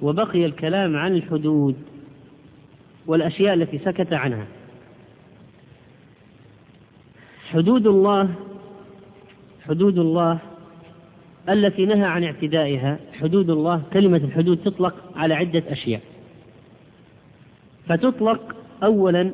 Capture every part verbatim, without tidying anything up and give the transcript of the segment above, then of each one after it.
وبقي الكلام عن الحدود والأشياء التي سكت عنها. حدود الله حدود الله التي نهى عن اعتدائها، حدود الله، كلمة الحدود تطلق على عدة أشياء، فتطلق أولا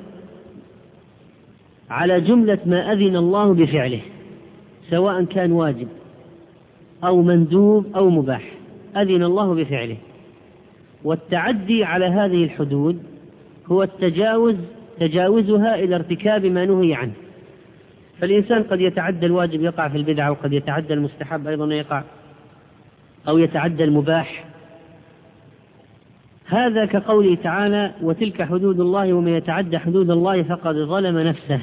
على جملة ما أذن الله بفعله، سواء كان واجب أو مندوب أو مباح، أذن الله بفعله. والتعدي على هذه الحدود هو التجاوز تجاوزها إلى ارتكاب ما نهي عنه. فالإنسان قد يتعدى الواجب يقع في البدعة، وقد يتعدى المستحب أيضا يقع، أو يتعدى المباح. هذا كقوله تعالى: وتلك حدود الله ومن يتعدى حدود الله فقد ظلم نفسه.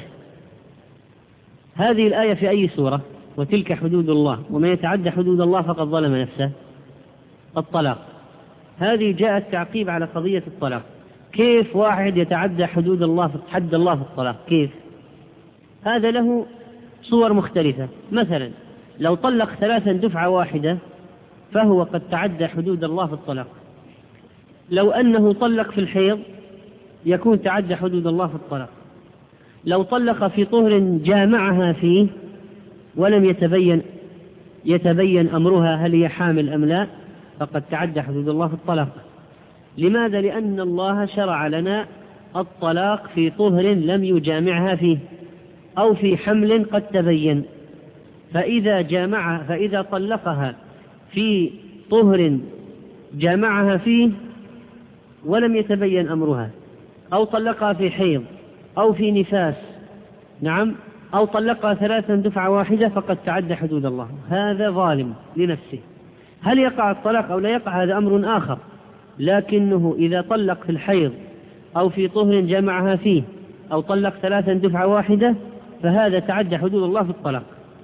هذه الآية في أي سورة؟ وتلك حدود الله ومن يتعدى حدود الله فقد ظلم نفسه. الطلاق، هذه جاءت تعقيب على قضية الطلاق. كيف واحد يتعدى حدود الله في حد الله في الطلاق؟ كيف؟ هذا له صور مختلفة. مثلا لو طلق ثلاثا دفعة واحدة فهو قد تعدى حدود الله في الطلاق. لو أنه طلق في الحيض يكون تعدى حدود الله في الطلاق. لو طلق في طهر جامعها فيه ولم يتبين يتبين أمرها هل هي حامل أم لا فقد تعدى حدود الله في الطلاق. لماذا؟ لأن الله شرع لنا الطلاق في طهر لم يجامعها فيه أو في حمل قد تبين. فإذا جامعها فإذا طلقها في طهر جامعها فيه ولم يتبين أمرها، أو طلقها في حيض أو في نفاس، نعم، أو طلقها ثلاثا دفعة واحدة، فقد تعدى حدود الله. هذا ظالم لنفسه. هل يقع الطلاق أو لا يقع هذا أمر آخر، لكنه إذا طلق في الحيض أو في طهر جامعها فيه أو طلق ثلاثا دفعة واحدة فهذا تعدى حدود الله في الطلاق،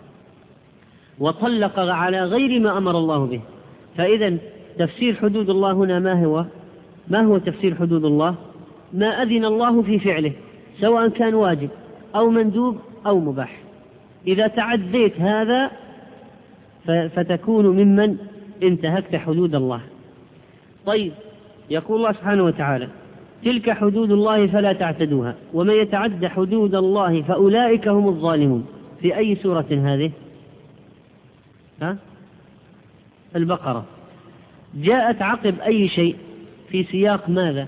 وطلق على غير ما أمر الله به. فإذا تفسير حدود الله هنا ما هو؟ ما هو تفسير حدود الله؟ ما أذن الله في فعله، سواء كان واجب أو مندوب أو مباح. إذا تعديت هذا فتكون ممن انتهكت حدود الله. طيب، يقول الله سبحانه وتعالى: تلك حدود الله فلا تعتدوها ومن يتعد حدود الله فأولئك هم الظالمون. في أي سورة هذه؟ ها؟ البقرة. جاءت عقب أي شيء؟ في سياق ماذا؟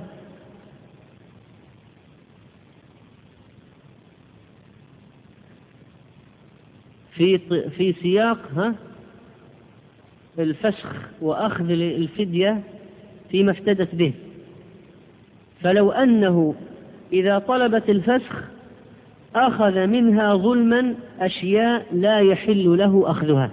في في سياق ها الفسخ وأخذ الفدية فيما افتدت به. فلو أنه إذا طلبت الفسخ أخذ منها ظلما أشياء لا يحل له أخذها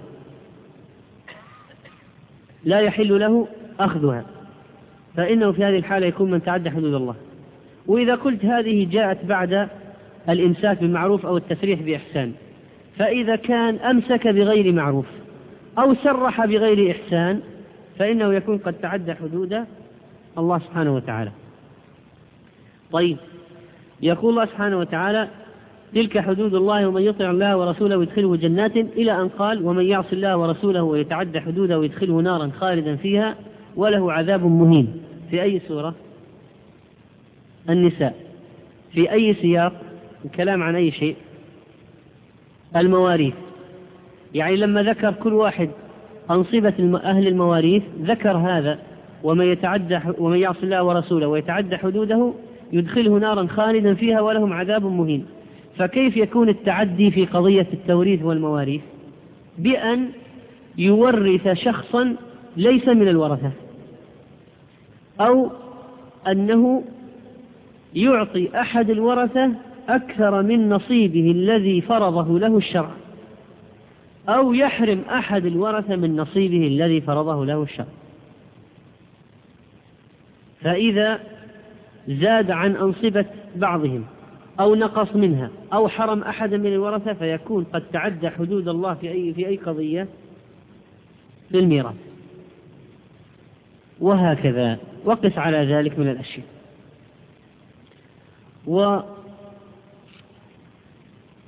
لا يحل له أخذها فإنه في هذه الحالة يكون من تعدى حدود الله. وإذا قلت هذه جاءت بعد الإمساك بالمعروف أو التسريح بإحسان، فإذا كان أمسك بغير معروف أو سرح بغير إحسان فإنه يكون قد تعدى حدود الله سبحانه وتعالى. طيب، يقول الله سبحانه وتعالى: تلك حدود الله ومن يطع الله ورسوله يدخله جنات، إلى أن قال: ومن يعص الله ورسوله ويتعدى حدوده ويدخله نارا خالدا فيها وله عذاب مهين. في أي سورة؟ النساء. في أي سياق؟ الكلام عن أي شيء؟ المواريث. يعني لما ذكر كل واحد أنصبة أهل المواريث ذكر هذا: ومن يتعدى ومن يعص الله ورسوله ويتعدى حدوده يدخله نارا خالدا فيها ولهم عذاب مهين. فكيف يكون التعدي في قضية التوريث والمواريث؟ بأن يورث شخصا ليس من الورثة، أو أنه يعطي أحد الورثة أكثر من نصيبه الذي فرضه له الشرع، أو يحرم أحد الورثة من نصيبه الذي فرضه له الشرع. فإذا زاد عن أنصبة بعضهم أو نقص منها أو حرم أحدا من الورثة فيكون قد تعدى حدود الله في أي في أي قضية في الميراث. وهكذا وقس على ذلك من الأشياء. وقد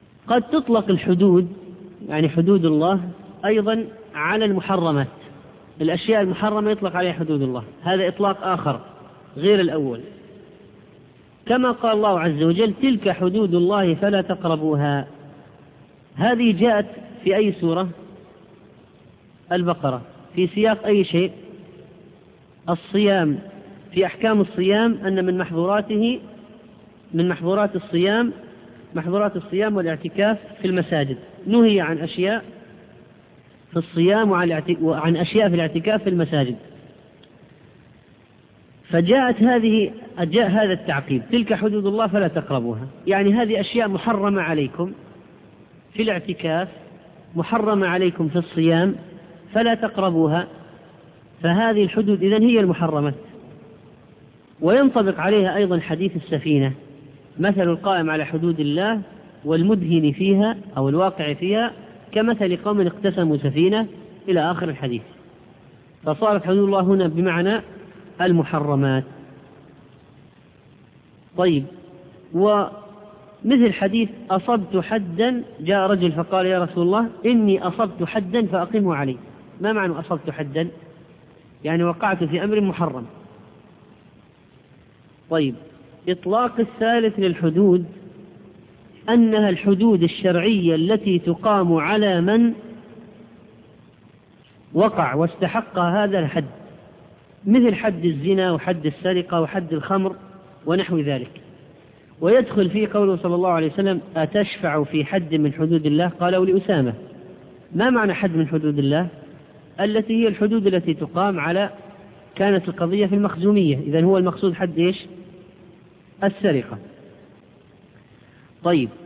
تطلق الحدود، يعني حدود الله، أيضا على المحرمات. الأشياء المحرمة يطلق عليها حدود الله، هذا إطلاق آخر غير الأول. كما قال الله عز وجل تلك حدود الله فلا تقربوها، هذه جاءت في أي سورة؟ البقرة. في سياق أي شيء؟ الصيام. في أحكام الصيام أن من محظوراته من محظورات الصيام محظورات الصيام والاعتكاف في المساجد، نهي عن أشياء في الصيام وعن أشياء في الاعتكاف في المساجد. فجاءت هذه جاء هذا التعقيب تلك حدود الله فلا تقربوها، يعني هذه أشياء محرمة عليكم في الاعتكاف، محرمة عليكم في الصيام فلا تقربوها، فهذه الحدود إذن هي المحرمات. وينطبق عليها أيضا حديث السفينة، مثل القائم على حدود الله والمدهن فيها أو الواقع فيها كمثل قوم اقتسموا سفينة إلى آخر الحديث. فصارت حدود الله هنا بمعنى المحرمات. طيب، ومثل حديث أصبت حدا، جاء رجل فقال يا رسول الله إني أصبت حدا فأقمه علي. ما معنى أصبت حدا؟ يعني وقعت في أمر محرم. طيب، إطلاق الثالث للحدود أنها الحدود الشرعية التي تقام على من وقع واستحق هذا الحد، مثل حد الزنا وحد السرقة وحد الخمر ونحو ذلك. ويدخل فيه قوله صلى الله عليه وسلم أتشفع في حد من حدود الله؟ قالوا لأسامة. ما معنى حد من حدود الله؟ التي هي الحدود التي تقام على، كانت القضية في المخزومية، إذن هو المقصود حد إيش؟ السرقة. طيب،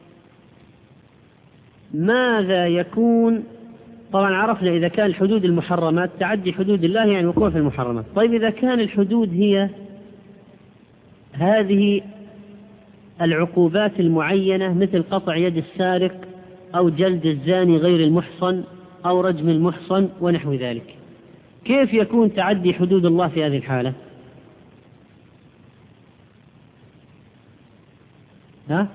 ماذا يكون؟ طبعا عرفنا إذا كان الحدود المحرمات تعدي حدود الله يعني وقوع في المحرمات. طيب، إذا كان الحدود هي هذه العقوبات المعينة مثل قطع يد السارق أو جلد الزاني غير المحصن أو رجم المحصن ونحو ذلك، كيف يكون تعدي حدود الله في هذه الحالة؟ ها؟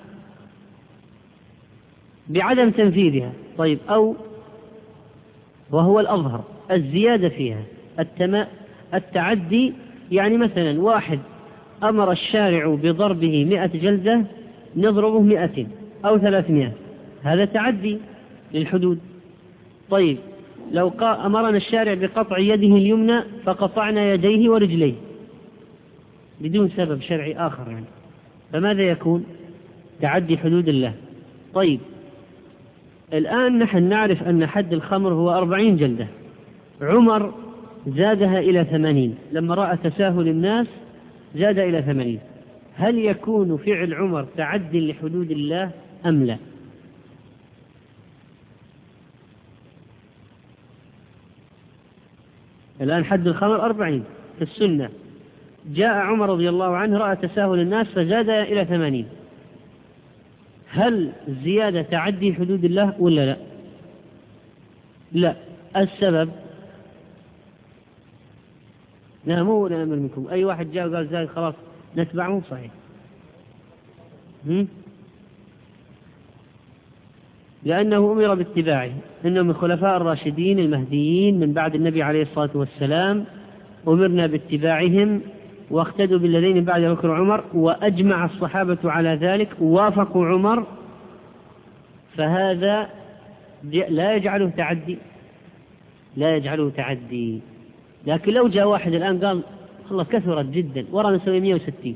بعدم تنفيذها. طيب، أو وهو الأظهر الزيادة فيها التما... التعدي، يعني مثلا واحد أمر الشارع بضربه مئة جلدة نضربه مئة أو ثلاثمائة، هذا تعدي للحدود. طيب، لو أمرنا الشارع بقطع يده اليمنى فقطعنا يديه ورجليه بدون سبب شرعي آخر يعني، فماذا يكون؟ تعدي حدود الله. طيب، الآن نحن نعرف أن حد الخمر هو أربعين جلدة، عمر زادها إلى ثمانين، لما رأى تساهل الناس زاد إلى ثمانين. هل يكون فعل عمر تعدي لحدود الله أم لا؟ الآن حد الخمر أربعين في السنة، جاء عمر رضي الله عنه رأى تساهل الناس فزاد إلى ثمانين، هل الزيادة تعدي حدود الله ولا لا؟ لا. السبب؟ لا، مو نأمر منكم. أي واحد جاء وقال زاد خلاص نتبعه، مو صحيح. هم؟ لأنه أمر باتباعه، إنه من خلفاء الراشدين المهديين من بعد النبي عليه الصلاة والسلام، أمرنا باتباعهم واقتدوا بالذين من بعد بكر وعمر، وأجمع الصحابة على ذلك ووافقوا عمر، فهذا لا يجعله تعدي، لا يجعله تعدي. لكن لو جاء واحد الآن قال خلاص كثرت جدا ورانا نسوي مئة وستين،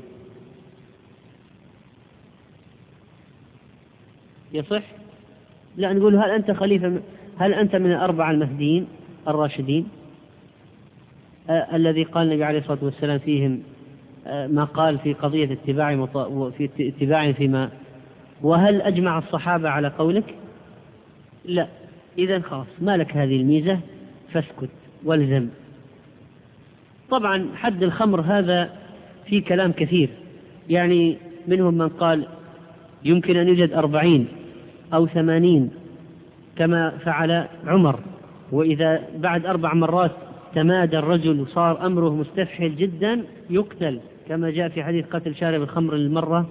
يصح؟ لا، نقول هل أنت خليفة، هل أنت من الأربعة المهديين الراشدين آه الذي قال النبي عليه الصلاة والسلام فيهم آه ما قال في قضية اتباع وفي اتباع فيما، وهل أجمع الصحابة على قولك؟ لا. إذن خلاص ما لك هذه الميزة فاسكت والزم. طبعا حد الخمر هذا في كلام كثير، يعني منهم من قال يمكن أن يوجد أربعين أو ثمانين كما فعل عمر، وإذا بعد أربع مرات تمادى الرجل وصار أمره مستفحل جدا يقتل، كما جاء في حديث قتل شارب الخمر للمرة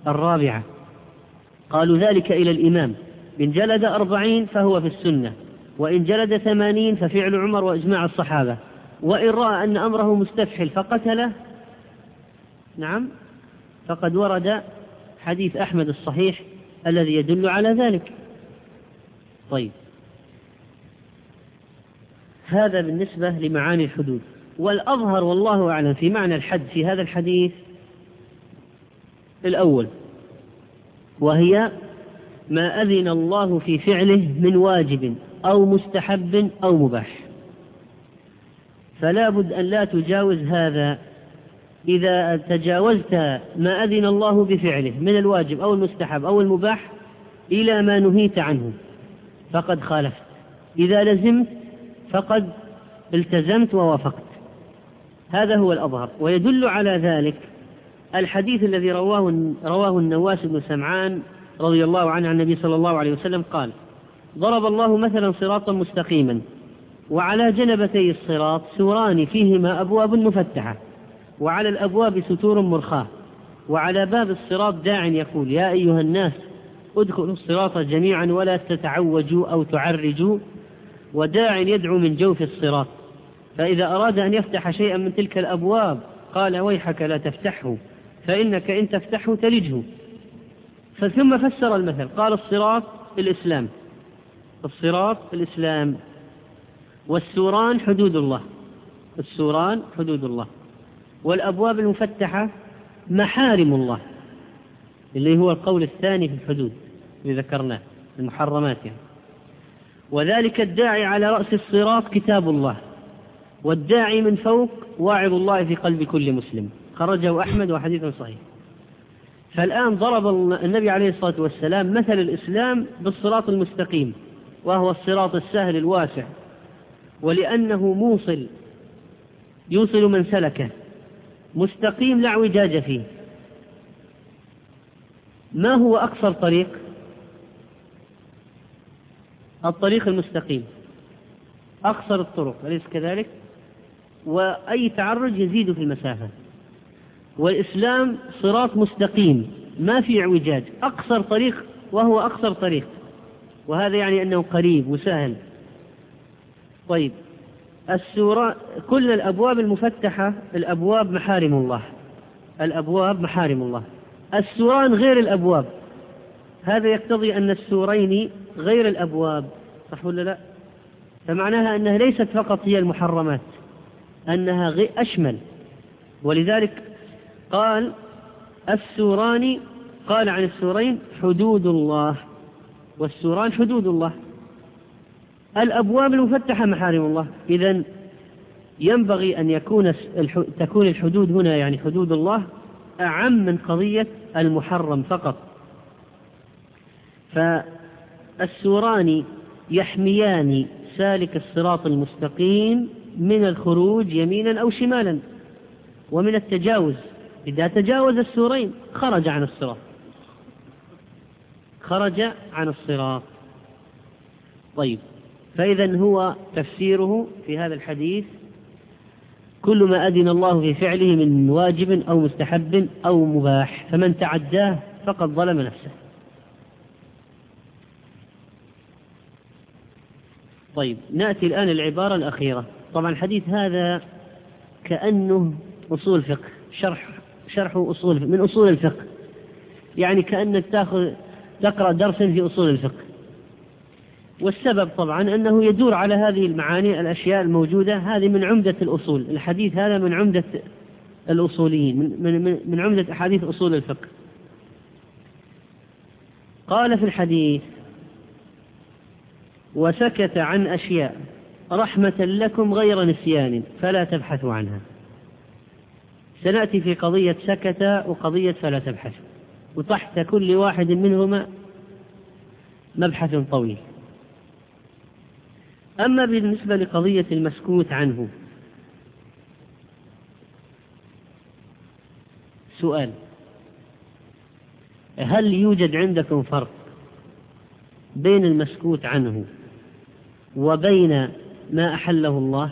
الرابعة. قالوا ذلك إلى الإمام، إن جلد أربعين فهو في السنة، وإن جلد ثمانين ففعل عمر وإجماع الصحابة، وإن رأى أن أمره مستفحل فقتله نعم فقد ورد حديث أحمد الصحيح الذي يدل على ذلك. طيب، هذا بالنسبة لمعاني الحدود. والأظهر والله أعلم في معنى الحد في هذا الحديث الأول، وهي ما أذن الله في فعله من واجب أو مستحب أو مباح، فلا بد أن لا تجاوز هذا. إذا تجاوزت ما أذن الله بفعله من الواجب أو المستحب أو المباح إلى ما نهيت عنه فقد خالفت، إذا لزمت فقد التزمت ووافقت. هذا هو الأظهر. ويدل على ذلك الحديث الذي رواه رواه النواس بن سمعان رضي الله عنه عن النبي صلى الله عليه وسلم قال: ضرب الله مثلا صراطا مستقيما وعلى جنبتي الصراط سوران فيهما أبواب مفتحة وعلى الأبواب ستور مرخاة وعلى باب الصراط داع يقول: يا أيها الناس ادخلوا الصراط جميعا ولا تتعوجوا أو تعرجوا، وداع يدعو من جوف الصراط، فإذا أراد أن يفتح شيئا من تلك الأبواب قال: ويحك لا تفتحه فإنك إن تفتحه تلجه. فثم فسر المثل قال: الصراط الإسلام، الصراط الإسلام، والسوران حدود الله، السوران حدود الله، والأبواب المفتحة محارم الله، اللي هو القول الثاني في الحدود اللي ذكرناه المحرمات يعني. وذلك الداعي على رأس الصراط كتاب الله، والداعي من فوق واعظ الله في قلب كل مسلم، خرجه أحمد وحديث صحيح. فالآن ضرب النبي عليه الصلاة والسلام مثل الإسلام بالصراط المستقيم، وهو الصراط السهل الواسع، ولأنه موصل يوصل من سلكه، مستقيم لا اعوجاج فيه. ما هو أقصر طريق؟ الطريق المستقيم أقصر الطرق، أليس كذلك؟ وأي تعرج يزيد في المسافة. والإسلام صراط مستقيم ما في اعوجاج، أقصر طريق وهو أقصر طريق، وهذا يعني أنه قريب وسهل. طيب، السورة كل الأبواب المفتحة الأبواب محارم الله، الأبواب محارم الله. السوران غير الأبواب، هذا يقتضي أن السورين غير الأبواب، صح ولا لا؟ فمعناها أنها ليست فقط هي المحرمات، أنها غير أشمل. ولذلك قال السوران، قال عن السورين حدود الله، والسوران حدود الله. الأبواب المفتحة محارم الله، إذن ينبغي أن يكون تكون الحدود هنا يعني حدود الله أعم من قضية المحرم فقط. فالسوران يحميان سالك الصراط المستقيم من الخروج يمينا أو شمالا ومن التجاوز. إذا تجاوز السورين خرج عن الصراط، خرج عن الصراط. طيب، فإذا هو تفسيره في هذا الحديث كل ما أذن الله في فعله من واجب أو مستحب أو مباح، فمن تعداه فقد ظلم نفسه. طيب، نأتي الآن العبارة الأخيرة. طبعا الحديث هذا كأنه أصول فقه، شرح شرح أصول من أصول الفقه، يعني كأنك تأخذ تقرأ درسا في أصول الفقه. والسبب طبعا أنه يدور على هذه المعاني، الأشياء الموجودة هذه من عمدة الأصول. الحديث هذا من عمدة الأصوليين، من, من, من عمدة أحاديث أصول الفقه. قال في الحديث: وسكت عن أشياء رحمة لكم غير نسيان فلا تبحثوا عنها. سنأتي في قضية سكت وقضية فلا تبحثوا، وتحت كل واحد منهما مبحث طويل. أما بالنسبة لقضية المسكوت عنه، سؤال: هل يوجد عندكم فرق بين المسكوت عنه وبين ما أحله الله؟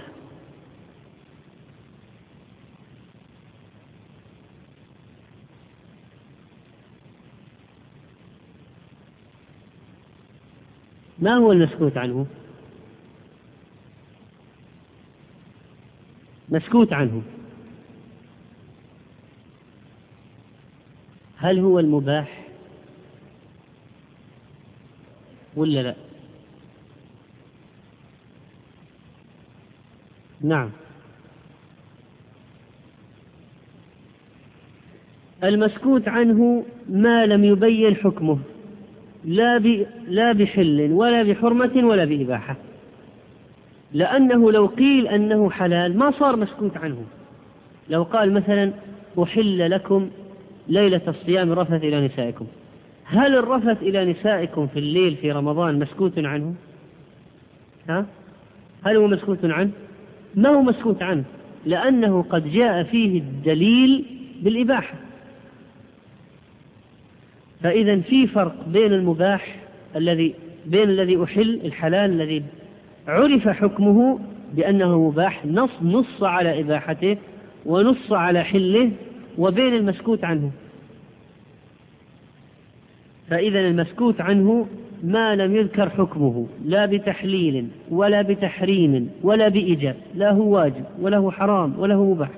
ما هو المسكوت عنه؟ مسكوت عنه، هل هو المباح ولا لا؟ نعم، المسكوت عنه ما لم يبين حكمه، لا لا بحل ولا بحرمة ولا بإباحة، لأنه لو قيل أنه حلال ما صار مسكوت عنه. لو قال مثلا أحل لكم ليلة الصيام الرفث إلى نسائكم، هل الرفث إلى نسائكم في الليل في رمضان مسكوت عنه؟ ها؟ هل هو مسكوت عنه؟ ما هو مسكوت عنه، لأنه قد جاء فيه الدليل بالإباحة. فإذا في فرق بين المباح الذي بين الذي أحل الحلال الذي عرف حكمه بأنه مباح، نص نص على إباحته ونص على حله، وبين المسكوت عنه. فإذا المسكوت عنه ما لم يذكر حكمه لا بتحليل ولا بتحريم ولا بإيجاب، لا هو واجب ولا هو حرام ولا هو مباح.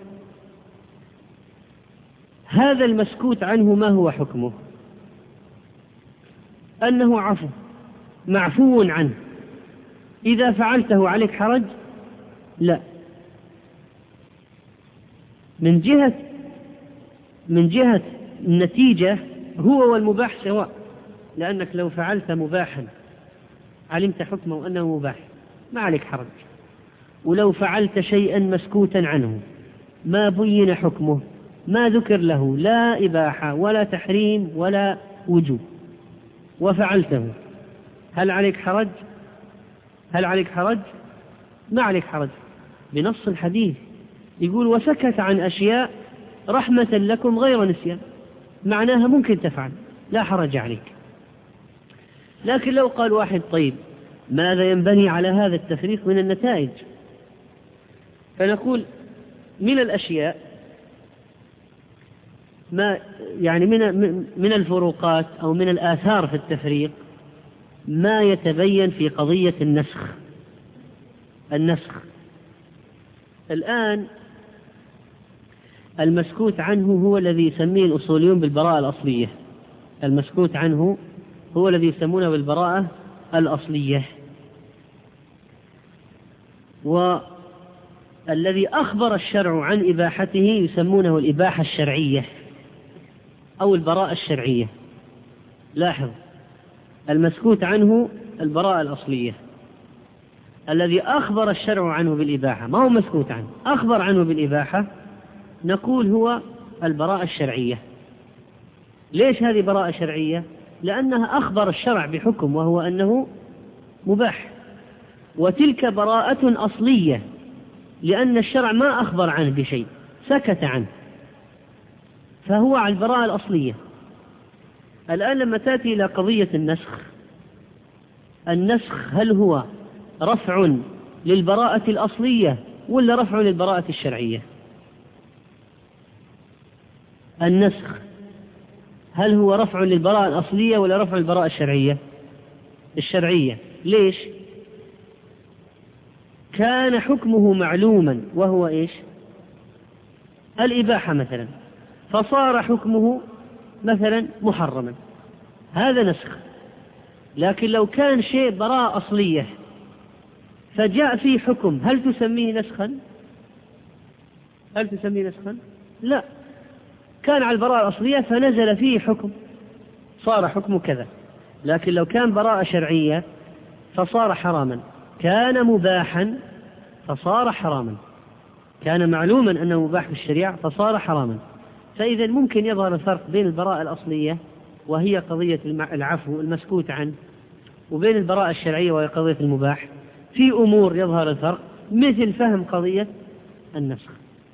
هذا المسكوت عنه ما هو حكمه؟ أنه عفو، معفو عنه. إذا فعلته عليك حرج؟ لا. من جهة من جهة النتيجة هو والمباح سواء، لأنك لو فعلت مباحا علمت حكمه أنه مباح ما عليك حرج، ولو فعلت شيئا مسكوتا عنه ما بين حكمه، ما ذكر له لا إباحة ولا تحريم ولا وجوب، وفعلته، هل عليك حرج؟ هل عليك حرج؟ ما عليك حرج. بنص الحديث يقول وسكت عن أشياء رحمة لكم غير نسيان، معناها ممكن تفعل لا حرج عليك. لكن لو قال واحد طيب ماذا ينبني على هذا التفريق من النتائج؟ فنقول من الأشياء ما يعني من من الفروقات أو من الآثار في التفريق ما يتبين في قضية النسخ. النسخ الآن المسكوت عنه هو الذي يسميه الأصوليون بالبراءة الأصلية. المسكوت عنه هو الذي يسمونه بالبراءة الأصلية، والذي أخبر الشرع عن إباحته يسمونه الإباحة الشرعية أو البراءة الشرعية. لاحظ، المسكوت عنه البراءة الأصلية، الذي أخبر الشرع عنه بالإباحة ما هو مسكوت عنه، أخبر عنه بالإباحة، نقول هو البراءة الشرعية. ليش هذه براءة شرعية؟ لأنها أخبر الشرع بحكم وهو أنه مباح، وتلك براءة أصلية لأن الشرع ما أخبر عنه بشيء، سكت عنه، فهو على البراءة الأصلية. الآن لما تأتي إلى قضية النسخ، النسخ هل هو رفع للبراءة الأصلية ولا رفع للبراءة الشرعية؟ النسخ هل هو رفع للبراءة الأصلية ولا رفع للبراءة الشرعية؟ الشرعية. ليش؟ كان حكمه معلوما وهو إيش؟ الإباحة مثلا، فصار حكمه مثلا محرما، هذا نسخ. لكن لو كان شيء براءة أصلية فجاء فيه حكم، هل تسميه نسخا؟ هل تسميه نسخا؟ لا، كان على البراءة الأصلية فنزل فيه حكم صار حكمه كذا. لكن لو كان براءة شرعية فصار حراما، كان مباحا فصار حراما، كان معلوما أنه مباح في الشريعة فصار حراما. فإذا ممكن يظهر الفرق بين البراءة الأصلية وهي قضية العفو المسكوت عنه، وبين البراءة الشرعية وهي قضية المباح، في أمور يظهر الفرق مثل فهم قضية النسخ.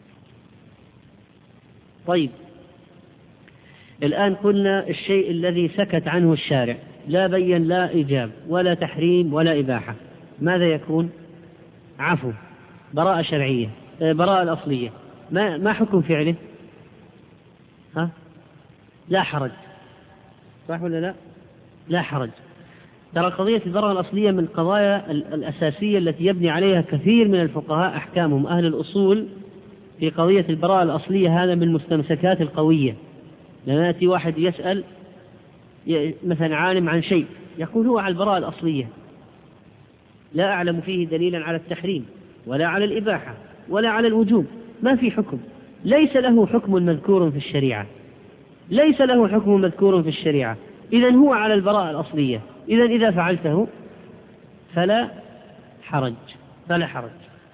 طيب، الآن قلنا الشيء الذي سكت عنه الشارع لا بين لا إيجاب ولا تحريم ولا إباحة، ماذا يكون؟ عفو، براءة شرعية، براءة الأصلية. ما ما حكم فعله؟ ها؟ لا حرج، صح ولا لا؟ لا حرج. ترى قضية البراءة الأصلية من القضايا الأساسية التي يبني عليها كثير من الفقهاء أحكامهم. أهل الأصول في قضية البراءة الأصلية هذا من المستمسكات القوية. لما يأتي واحد يسأل مثلا عالم عن شيء يقول هو على البراءة الأصلية، لا أعلم فيه دليلا على التحريم ولا على الإباحة ولا على الوجوب، ما في حكم، ليس له حكم مذكور في الشريعة، ليس له حكم مذكور في الشريعة، إذن هو على البراءة الأصلية، إذن إذا فعلته فلا حرج فلا حرج.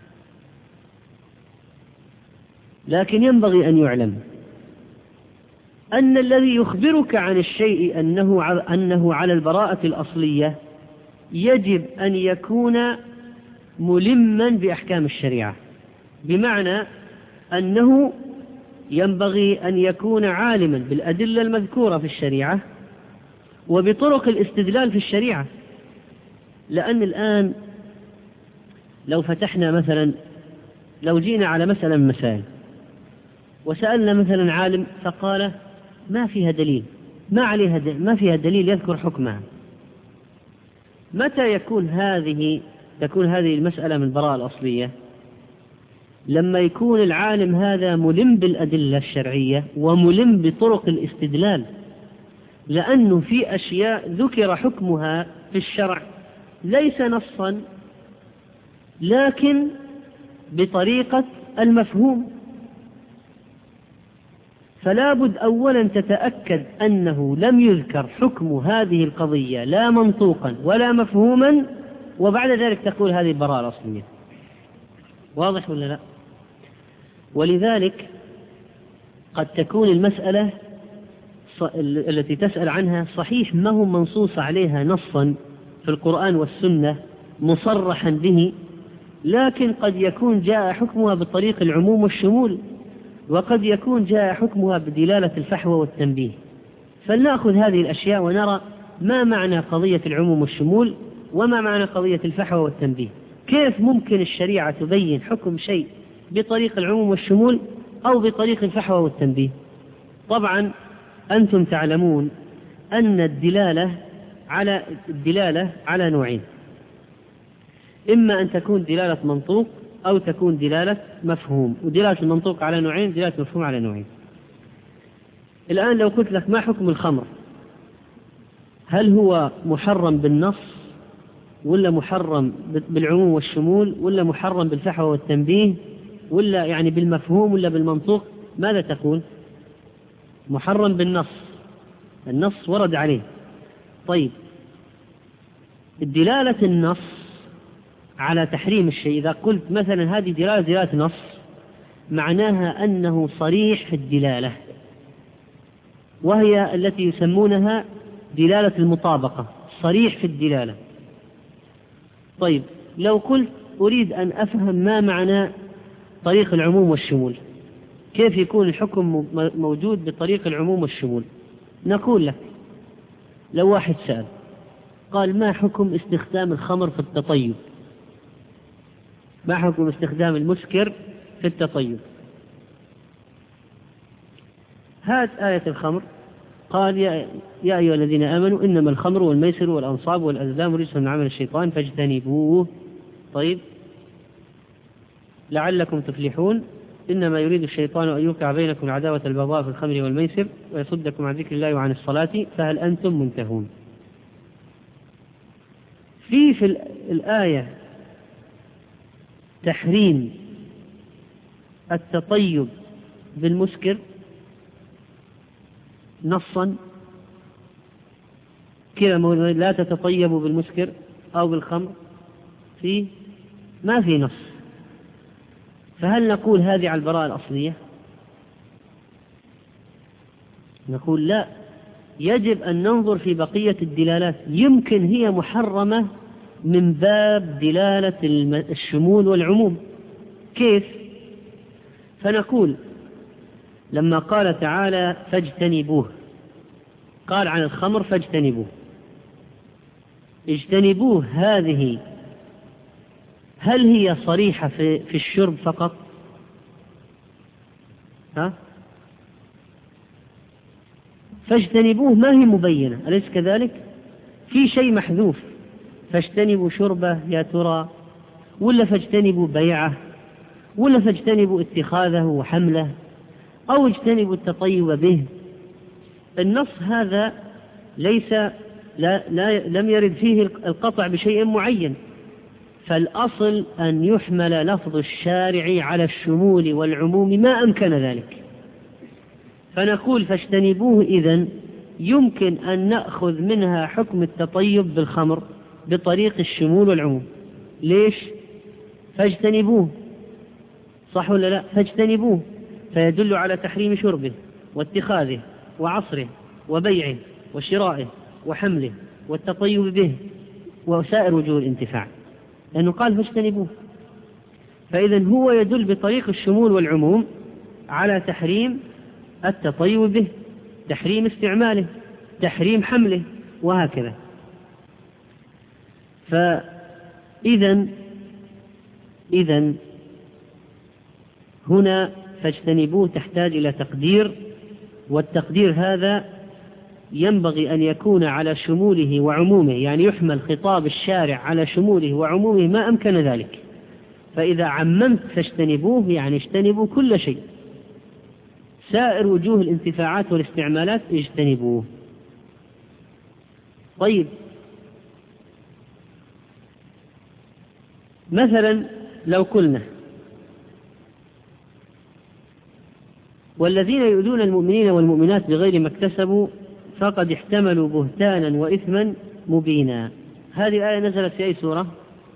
لكن ينبغي أن يعلم أن الذي يخبرك عن الشيء أنه أنه على البراءة الأصلية يجب أن يكون ملما بأحكام الشريعة، بمعنى أنه ينبغي أن يكون عالما بالأدلة المذكورة في الشريعة وبطرق الاستدلال في الشريعة. لأن الآن لو فتحنا مثلا، لو جينا على مسألة من مسائل وسألنا مثلا عالم فقال ما فيها دليل، ما عليها دليل، ما فيها دليل يذكر حكمها، متى يكون هذه تكون هذه المسألة من البراءة الأصلية؟ لما يكون العالم هذا ملم بالأدلة الشرعية وملم بطرق الاستدلال، لأنه في أشياء ذكر حكمها في الشرع ليس نصا لكن بطريقة المفهوم، فلا بد أولا تتأكد أنه لم يذكر حكم هذه القضية لا منطوقا ولا مفهوما، وبعد ذلك تقول هذه البراءة الأصلية. واضح ولا لا؟ ولذلك قد تكون المسألة التي تسأل عنها صحيح ما هو منصوص عليها نصا في القرآن والسنة مصرحا به، لكن قد يكون جاء حكمها بطريق العموم والشمول، وقد يكون جاء حكمها بدلالة الفحوى والتنبيه. فلنأخذ هذه الأشياء ونرى ما معنى قضية العموم والشمول وما معنى قضية الفحوى والتنبيه. كيف ممكن الشريعة تبين حكم شيء بطريق العموم والشمول أو بطريق الفحوى والتنبيه؟ طبعا أنتم تعلمون أن الدلالة على الدلالة على نوعين، إما أن تكون دلالة منطوق أو تكون دلالة مفهوم، ودلالة المنطوق على نوعين، دلالة المفهوم على نوعين. الآن لو قلت لك ما حكم الخمر، هل هو محرم بالنص ولا محرم بالعموم والشمول ولا محرم بالفحوى والتنبيه ولا يعني بالمفهوم ولا بالمنطوق؟ ماذا تقول؟ محرم بالنص، النص ورد عليه. طيب الدلالة النص على تحريم الشيء، إذا قلت مثلا هذه دلالة دلالة نص معناها أنه صريح في الدلالة، وهي التي يسمونها دلالة المطابقة، صريح في الدلالة. طيب لو قلت أريد أن أفهم ما معنى طريق العموم والشمول، كيف يكون الحكم موجود بطريق العموم والشمول؟ نقول لك لو واحد سأل قال ما حكم استخدام الخمر في التطيب، ما حكم استخدام المسكر في التطيب؟ هات آية الخمر، قال يا, يا أيها الذين آمنوا إنما الخمر والميسر والأنصاب والأزلام رجس من عمل الشيطان فاجتنبوه. طيب لعلكم تفلحون، إنما يريد الشيطان أن يوقع بينكم العداوة البغضاء في الخمر والميسر ويصدكم عن ذكر الله وعن الصلاة فهل أنتم منتهون. في في الآية تحريم التطيب بالمسكر نصا كذا، لا تتطيبوا بالمسكر أو بالخمر، في ما في نص. فهل نقول هذه على البراءة الأصلية؟ نقول لا، يجب أن ننظر في بقية الدلالات، يمكن هي محرمة من باب دلالة الشمول والعموم. كيف؟ فنقول لما قال تعالى فاجتنبوه، قال عن الخمر فاجتنبوه، اجتنبوه هذه هل هي صريحة في, في الشرب فقط؟ ها؟ فاجتنبوه ما هي مبينة، أليس كذلك؟ في شيء محذوف، فاجتنبوا شربه يا ترى، ولا فاجتنبوا بيعه، ولا فاجتنبوا اتخاذه وحمله، أو اجتنبوا التطيب به. النص هذا ليس لا لا لم يرد فيه القطع بشيء معين، فالأصل أن يحمل لفظ الشارع على الشمول والعموم ما أمكن ذلك. فنقول فاجتنبوه إذن يمكن أن نأخذ منها حكم التطيب بالخمر بطريق الشمول والعموم. ليش؟ فاجتنبوه، صح ولا لا؟ فاجتنبوه فيدل على تحريم شربه واتخاذه وعصره وبيعه وشرائه وحمله والتطيب به وسائر وجوه الانتفاع، لأنه قال فاجتنبوه. فإذن هو يدل بطريق الشمول والعموم على تحريم التطيب به، تحريم استعماله، تحريم حمله، وهكذا. فإذن إذن هنا فاجتنبوه تحتاج إلى تقدير، والتقدير هذا ينبغي أن يكون على شموله وعمومه، يعني يحمل خطاب الشارع على شموله وعمومه ما أمكن ذلك. فإذا عممت فاجتنبوه يعني اجتنبوا كل شيء، سائر وجوه الانتفاعات والاستعمالات اجتنبوه. طيب، مثلا لو قلنا والذين يؤذون المؤمنين والمؤمنات بغير ما اكتسبوا فقد احتملوا بهتانا وإثما مبينا، هذه آية نزلت في أي سورة؟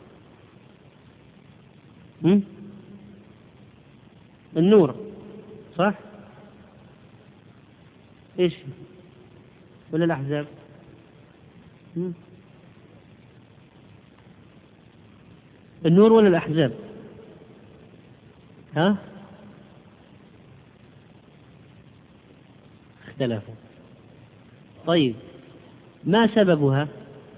هم؟ النور، صح؟ إيش؟ ولا الأحزاب؟ هم؟ النور ولا الأحزاب؟ ها؟ اختلفوا. طيب، ما سببها؟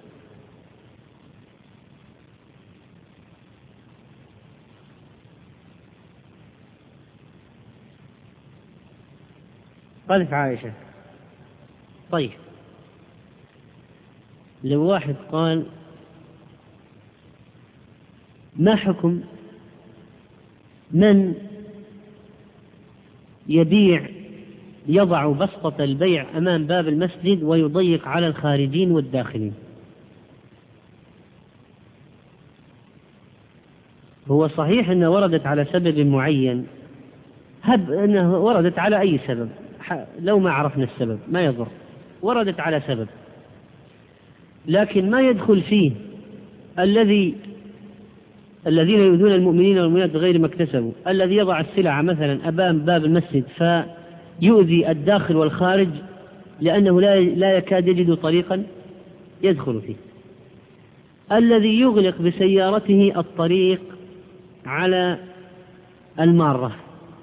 قذف عائشة. طيب، لو واحد قال ما حكم من يبيع يضع بسطة البيع أمام باب المسجد ويضيق على الخارجين والداخلين؟ هو صحيح أنها وردت على سبب معين، هب أنها وردت على أي سبب، لو ما عرفنا السبب ما يضر، وردت على سبب، لكن ما يدخل فيه الذي الذين يؤذون المؤمنين والمؤمنات بغير ما اكتسبوا، الذي يضع السلعة مثلا أمام باب المسجد فيؤذي الداخل والخارج لأنه لا لا يكاد يجد طريقا يدخل فيه، الذي يغلق بسيارته الطريق على المارة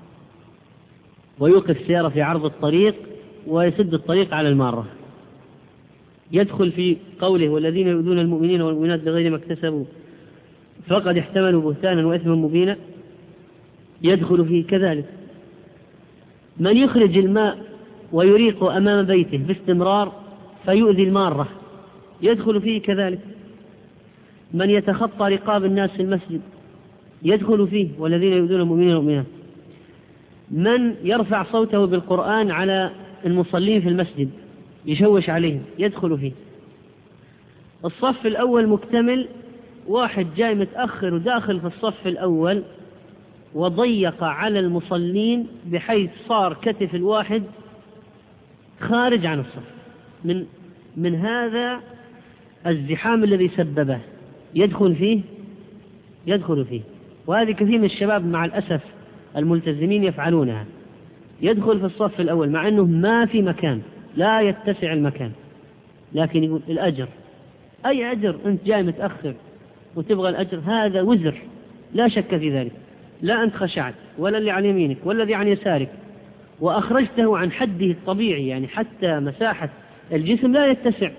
ويوقف السيارة في عرض الطريق ويسد الطريق على المارة، يدخل في قوله والذين يؤذون المؤمنين والمؤمنات بغير ما اكتسبوا فقد احتملوا بهتانا وإثما مبينا، يدخل فيه كذلك. من يخرج الماء ويريق أمام بيته باستمرار فيؤذي المارة يدخل فيه كذلك. من يتخطى رقاب الناس في المسجد يدخل فيه والذين يؤذون المؤمنين والمؤمنات. من يرفع صوته بالقرآن على المصلين في المسجد يشوش عليهم يدخل فيه. الصف الأول مكتمل، واحد جاي متأخر وداخل في الصف الأول وضيق على المصلين بحيث صار كتف الواحد خارج عن الصف، من من هذا الزحام الذي سببه يدخل فيه يدخل فيه وهذه كثير من الشباب مع الأسف الملتزمين يفعلونها، يدخل في الصف الأول مع أنه ما في مكان، لا يتسع المكان، لكن يقول الأجر، أي أجر؟ أنت جاي متأخر وتبغى الأجر، هذا وزر لا شك في ذلك، لا أنت خشعت ولا اللي عن يمينك ولا اللي عن يسارك وأخرجته عن حده الطبيعي، يعني حتى مساحة الجسم لا يتسع،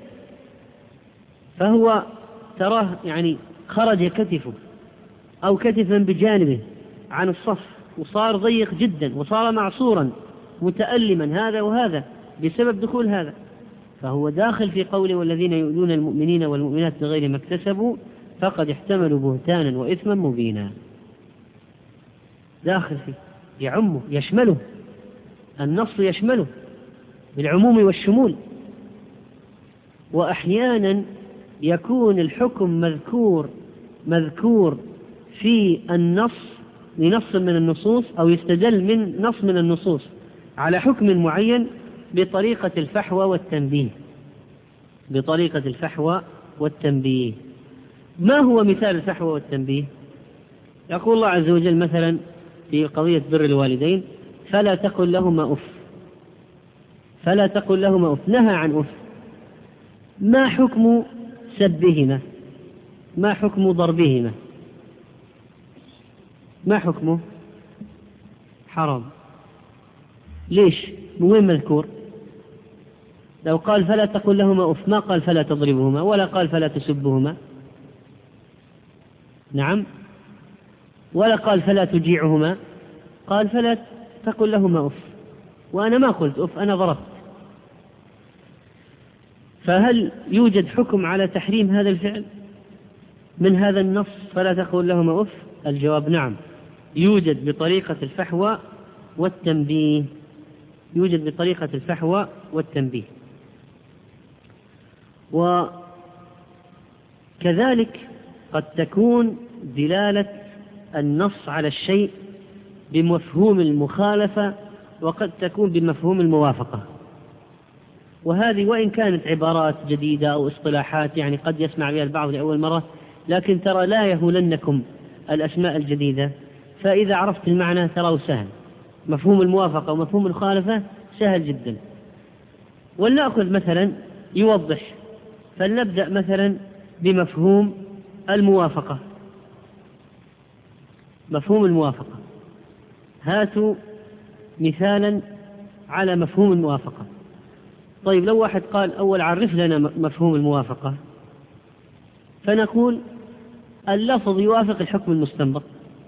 فهو تراه يعني خرج كتفه أو كتفا بجانبه عن الصف وصار ضيق جدا وصار معصورا متألما هذا وهذا بسبب دخول هذا، فهو داخل في قوله والذين يؤذون المؤمنين والمؤمنات بغير ما اكتسبوا فقد احتملوا بهتانا وإثما مبينا. داخل فيه، يعمه يشمله، النص يشمله بالعموم والشمول. وأحيانا يكون الحكم مذكور مذكور في النص لنص من النصوص، أو يستدل من نص من النصوص على حكم معين بطريقة الفحوى والتنبيه بطريقة الفحوى والتنبيه. ما هو مثال الفحوى والتنبيه؟ يقول الله عز وجل مثلا في قضية بر الوالدين: فلا تقل لهما أف فلا تقل لهما أف نهى عن أف. ما حكم سبهما؟ ما حكم ضربهما؟ ما حكمه؟ حرام. ليش؟ وين مذكور؟ لو قال فلا تقل لهما أف ما قال فلا تضربهما ولا قال فلا تسبهما، نعم، ولا قال فلا تجيعهما، قال فلا تقل لهما أف. وأنا ما قلت أف، أنا ضربت. فهل يوجد حكم على تحريم هذا الفعل من هذا النص فلا تقل لهما أف؟ الجواب نعم، يوجد بطريقة الفحوى والتنبيه يوجد بطريقة الفحوى والتنبيه. وكذلك قد تكون دلالة النص على الشيء بمفهوم المخالفة، وقد تكون بمفهوم الموافقة. وهذه وإن كانت عبارات جديدة أو اصطلاحات يعني قد يسمع بها البعض لأول مرة، لكن ترى لا يهولنكم الأسماء الجديدة، فإذا عرفت المعنى ترى سهل. مفهوم الموافقة ومفهوم المخالفة سهل جدا. ولنأخذ مثلا يوضح، فلنبدأ مثلا بمفهوم الموافقة. مفهوم الموافقة، هاتوا مثالا على مفهوم الموافقة. طيب لو واحد قال أول عرف لنا مفهوم الموافقة، فنقول اللفظ يوافق الحكم المستنبط.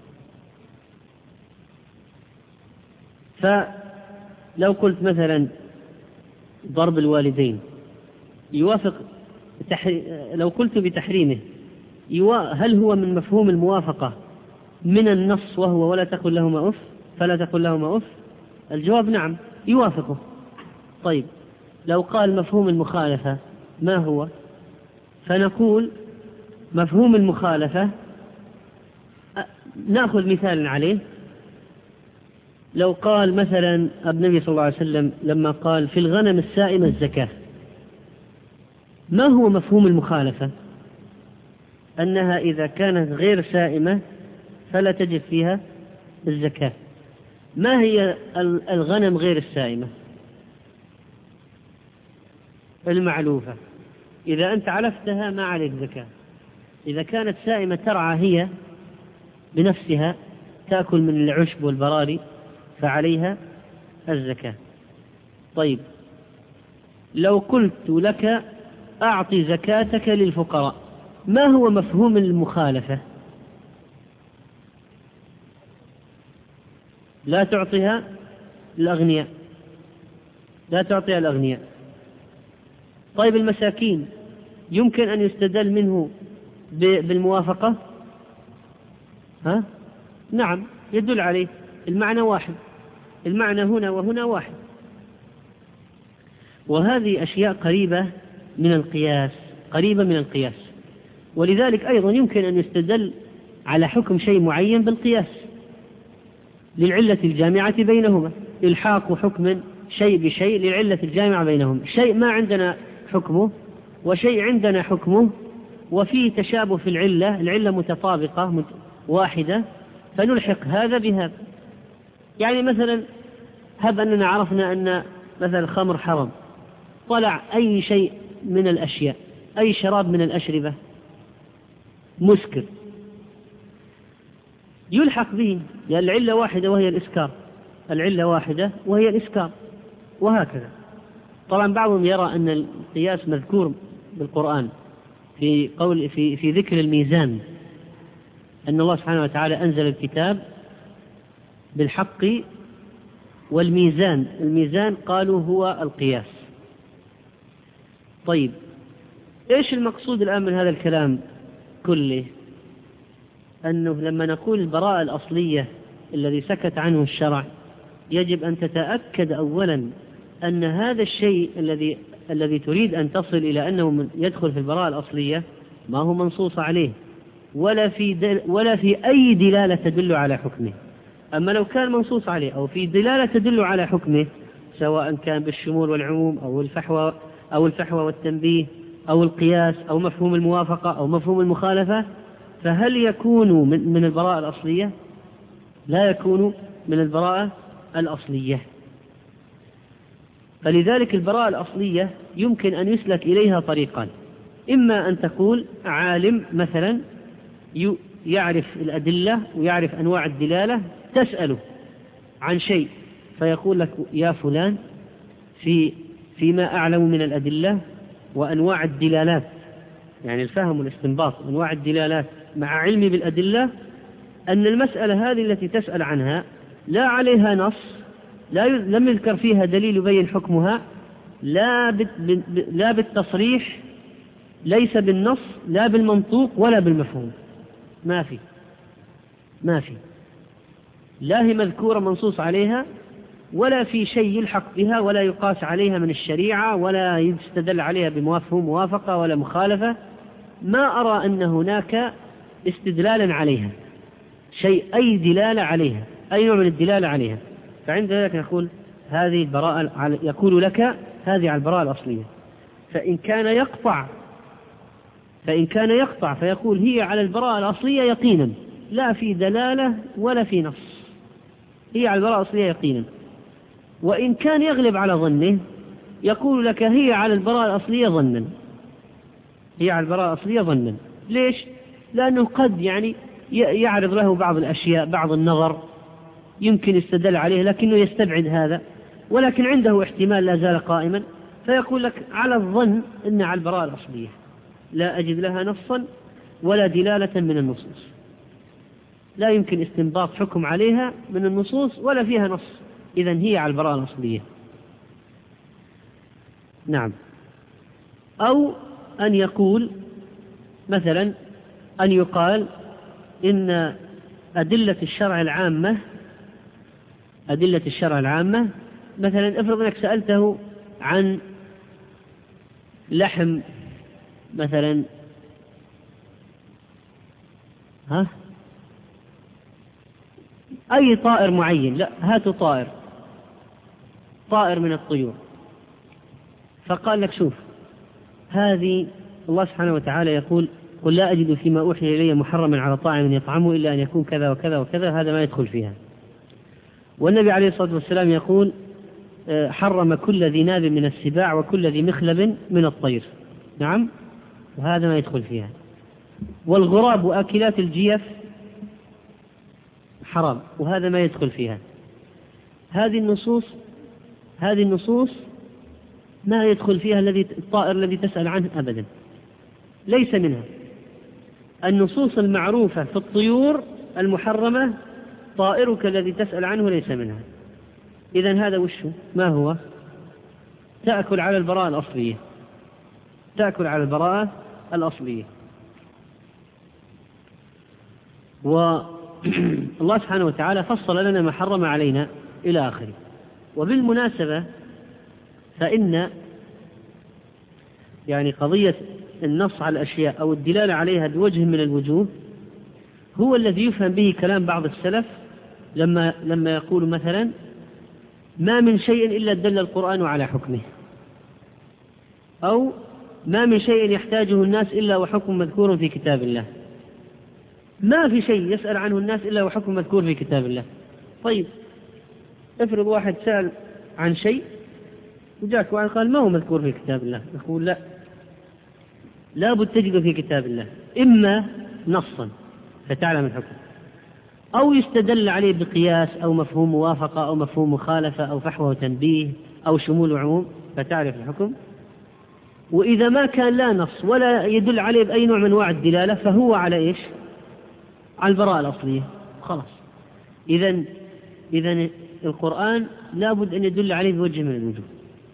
فلو قلت مثلا ضرب الوالدين يوافق تحري... لو قلت بتحريمه يوا... هل هو من مفهوم الموافقة من النص وهو ولا تقل لهما أف فلا تقل لهما أف؟ الجواب نعم يوافقه. طيب لو قال مفهوم المخالفة ما هو؟ فنقول مفهوم المخالفة نأخذ مثال عليه. لو قال مثلا النبي صلى الله عليه وسلم لما قال في الغنم السائمة الزكاة، ما هو مفهوم المخالفة؟ أنها إذا كانت غير سائمة فلا تجب فيها الزكاة. ما هي الغنم غير السائمة؟ المعلوفة، إذا أنت علفتها ما عليك زكاة. إذا كانت سائمة ترعى هي بنفسها تأكل من العشب والبراري فعليها الزكاة. طيب لو قلت لك أعطي زكاتك للفقراء، ما هو مفهوم المخالفة؟ لا تعطيها الأغنياء لا تعطيها الأغنياء. طيب المساكين يمكن أن يستدل منه بالموافقة؟ ها؟ نعم يدل عليه، المعنى واحد، المعنى هنا وهنا واحد. وهذه أشياء قريبة من القياس قريبة من القياس ولذلك أيضا يمكن أن يستدل على حكم شيء معين بالقياس للعلة الجامعة بينهما، إلحاق حكم شيء بشيء للعلة الجامعة بينهما. شيء ما عندنا حكمه وشيء عندنا حكمه وفيه تشابه في العلة، العلة متطابقة واحدة، فنلحق هذا بهذا. يعني مثلا هب أننا عرفنا أن مثلا الخمر حرام، طلع أي شيء من الأشياء، أي شراب من الأشربة مسكر يلحق به، لأن العلة واحدة وهي الإسكار، العلة واحدة وهي الإسكار، وهكذا. طبعا بعضهم يرى أن القياس مذكور بالقرآن في قول في في ذكر الميزان، أن الله سبحانه وتعالى أنزل الكتاب بالحق والميزان. الميزان قالوا هو القياس. طيب إيش المقصود الآن من هذا الكلام كله؟ أنه لما نقول البراءة الأصلية الذي سكت عنه الشرع يجب أن تتأكد أولا أن هذا الشيء الذي الذي تريد أن تصل إلى أنه يدخل في البراءة الأصلية ما هو منصوص عليه ولا في دل ولا في أي دلالة تدل على حكمه. أما لو كان منصوص عليه أو في دلالة تدل على حكمه سواء كان بالشمول والعموم أو الفحوى أو الفحوى والتنبيه أو القياس أو مفهوم الموافقة أو مفهوم المخالفة، فهل يكون من البراءة الأصلية؟ لا يكون من البراءة الأصلية. فلذلك البراءة الأصلية يمكن أن يسلك إليها طريقان: إما أن تقول عالم مثلا يعرف الأدلة ويعرف أنواع الدلالة، تسأله عن شيء فيقول لك يا فلان في فيما أعلم من الأدلة وأنواع الدلالات، يعني الفهم والاستنباط أنواع الدلالات مع علمي بالأدلة، أن المسألة هذه التي تسأل عنها لا عليها نص، لا لم يذكر فيها دليل يبين حكمها، لا لا بالتصريح، ليس بالنص، لا بالمنطوق ولا بالمفهوم، ما في ما في لا هي مذكورة منصوص عليها ولا في شيء يلحق بها ولا يقاس عليها من الشريعة ولا يستدل عليها بمفهوم موافقة ولا مخالفة. ما أرى أن هناك استدلالا عليها شيء، أي دلالة عليها، أي نوع من الدلالة عليها. فعند ذلك نقول هذه البراءة، يقول لك هذه على البراءة الأصلية. فإن كان يقطع فإن كان يقطع فيقول هي على البراءة الأصلية يقينا، لا في دلالة ولا في نص، هي على البراءة الأصلية يقينا. وإن كان يغلب على ظنه يقول لك هي على البراءة الأصلية ظنا، هي على البراءة الأصلية ظنا. ليش؟ لأنه قد يعني يعرض له بعض الأشياء، بعض النظر يمكن يستدل عليه لكنه يستبعد هذا، ولكن عنده احتمال لا زال قائما، فيقول لك على الظن إن على البراءة الأصلية لا أجد لها نصا ولا دلالة من النصوص، لا يمكن استنباط حكم عليها من النصوص ولا فيها نص، إذن هي على البراءة الأصلية. نعم. أو أن يقول مثلا أن يقال إن أدلة الشرع العامة أدلة الشرع العامة مثلا افرض أنك سألته عن لحم مثلا ها أي طائر معين، لا هاتوا طائر طائر من الطيور، فقال لك شوف هذه الله سبحانه وتعالى يقول قل لا أجد فيما أوحي إلي محرما على طاعم يطعمه إلا أن يكون كذا وكذا وكذا، هذا ما يدخل فيها. والنبي عليه الصلاة والسلام يقول حرم كل ذي ناب من السباع وكل ذي مخلب من الطير، نعم، وهذا ما يدخل فيها. والغراب وآكلات الجيف حرام، وهذا ما يدخل فيها. هذه النصوص هذه النصوص ما يدخل فيها الذي الطائر الذي تسأل عنه أبدا، ليس منها. النصوص المعروفة في الطيور المحرمة طائرك الذي تسأل عنه ليس منها. إذن هذا وشه ما هو؟ تأكل على البراءة الأصلية، تأكل على البراءة الأصلية. والله سبحانه وتعالى فصل لنا ما حرم علينا إلى آخره. وبالمناسبة فإن يعني قضية النص على الأشياء أو الدلالة عليها بوجه من الوجوه هو الذي يفهم به كلام بعض السلف لما لما يقول مثلا ما من شيء إلا دل القرآن على حكمه، أو ما من شيء يحتاجه الناس إلا وحكم مذكور في كتاب الله. ما في شيء يسأل عنه الناس إلا وحكم مذكور في كتاب الله. طيب افرض واحد سأل عن شيء وجاك واحد قال ما هو مذكور في كتاب الله، نقول لا، لا بد تجد في كتاب الله إما نصا فتعلم الحكم، أو يستدل عليه بقياس أو مفهوم موافقة أو مفهوم مخالفة أو فحوى وتنبيه أو شمول وعموم فتعرف الحكم. وإذا ما كان لا نص ولا يدل عليه بأي نوع من أنواع الدلالة فهو على إيش؟ على البراءة الأصلية خلاص. إذن إذن القرآن لا بد أن يدل عليه بوجه من الوجوه،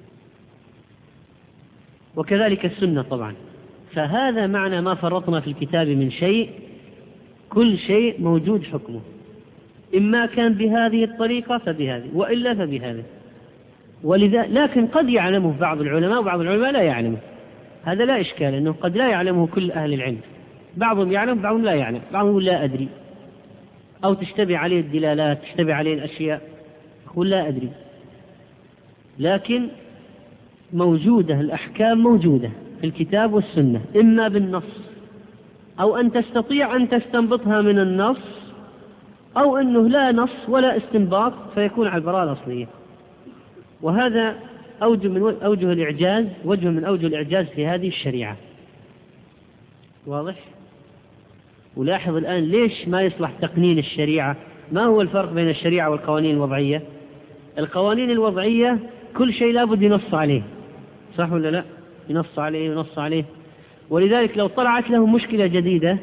وكذلك السنة طبعا. فهذا معنى ما فرطنا في الكتاب من شيء، كل شيء موجود حكمه. إما كان بهذه الطريقة فبهذه وإلا فبهذه. ولذا لكن قد يعلمه بعض العلماء وبعض العلماء لا يعلمه، هذا لا إشكال، أنه قد لا يعلمه كل أهل العلم، بعضهم يعلم بعضهم لا يعلم، بعضهم لا أدري، أو تشتبه عليه الدلالات، تشتبه عليه الأشياء، يقول لا أدري. لكن موجودة الأحكام موجودة في الكتاب والسنة، إما بالنص أو أن تستطيع أن تستنبطها من النص، أو أنه لا نص ولا استنباط فيكون على البراءة الأصلية. وهذا أوجه من أوجه الإعجاز، وجه من أوجه الإعجاز في هذه الشريعة. واضح؟ ولاحظ الآن ليش ما يصلح تقنين الشريعة. ما هو الفرق بين الشريعة والقوانين الوضعية؟ القوانين الوضعية كل شيء لابد ينص عليه، صح ولا لا؟ ينص عليه ينص عليه. ولذلك لو طلعت له مشكلة جديدة،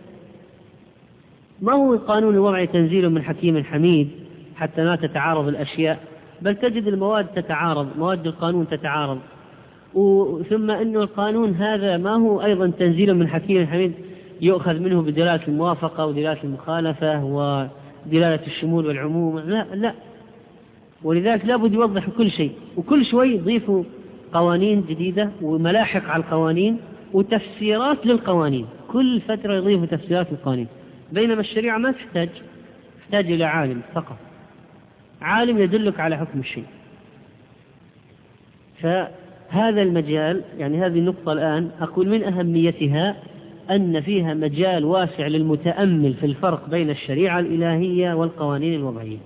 ما هو القانون الوضعي تنزيل من حكيم حميد حتى لا تتعارض الأشياء، بل تجد المواد تتعارض، مواد القانون تتعارض. ثم أن القانون هذا ما هو أيضا تنزيل من حكيم حميد يؤخذ منه بدلالة الموافقة ودلالة المخالفة ودلالة الشمول والعموم، لا لا. ولذلك لابد يوضح كل شيء، وكل شوي يضيفوا قوانين جديدة وملاحق على القوانين وتفسيرات للقوانين، كل فترة يضيفوا تفسيرات للقوانين. بينما الشريعة ما تحتاج، تحتاج إلى عالم فقط، عالم يدلك على حكم الشيء. فهذا المجال، يعني هذه النقطة الآن أقول من أهميتها أن فيها مجال واسع للمتأمل في الفرق بين الشريعة الإلهية والقوانين الوضعية.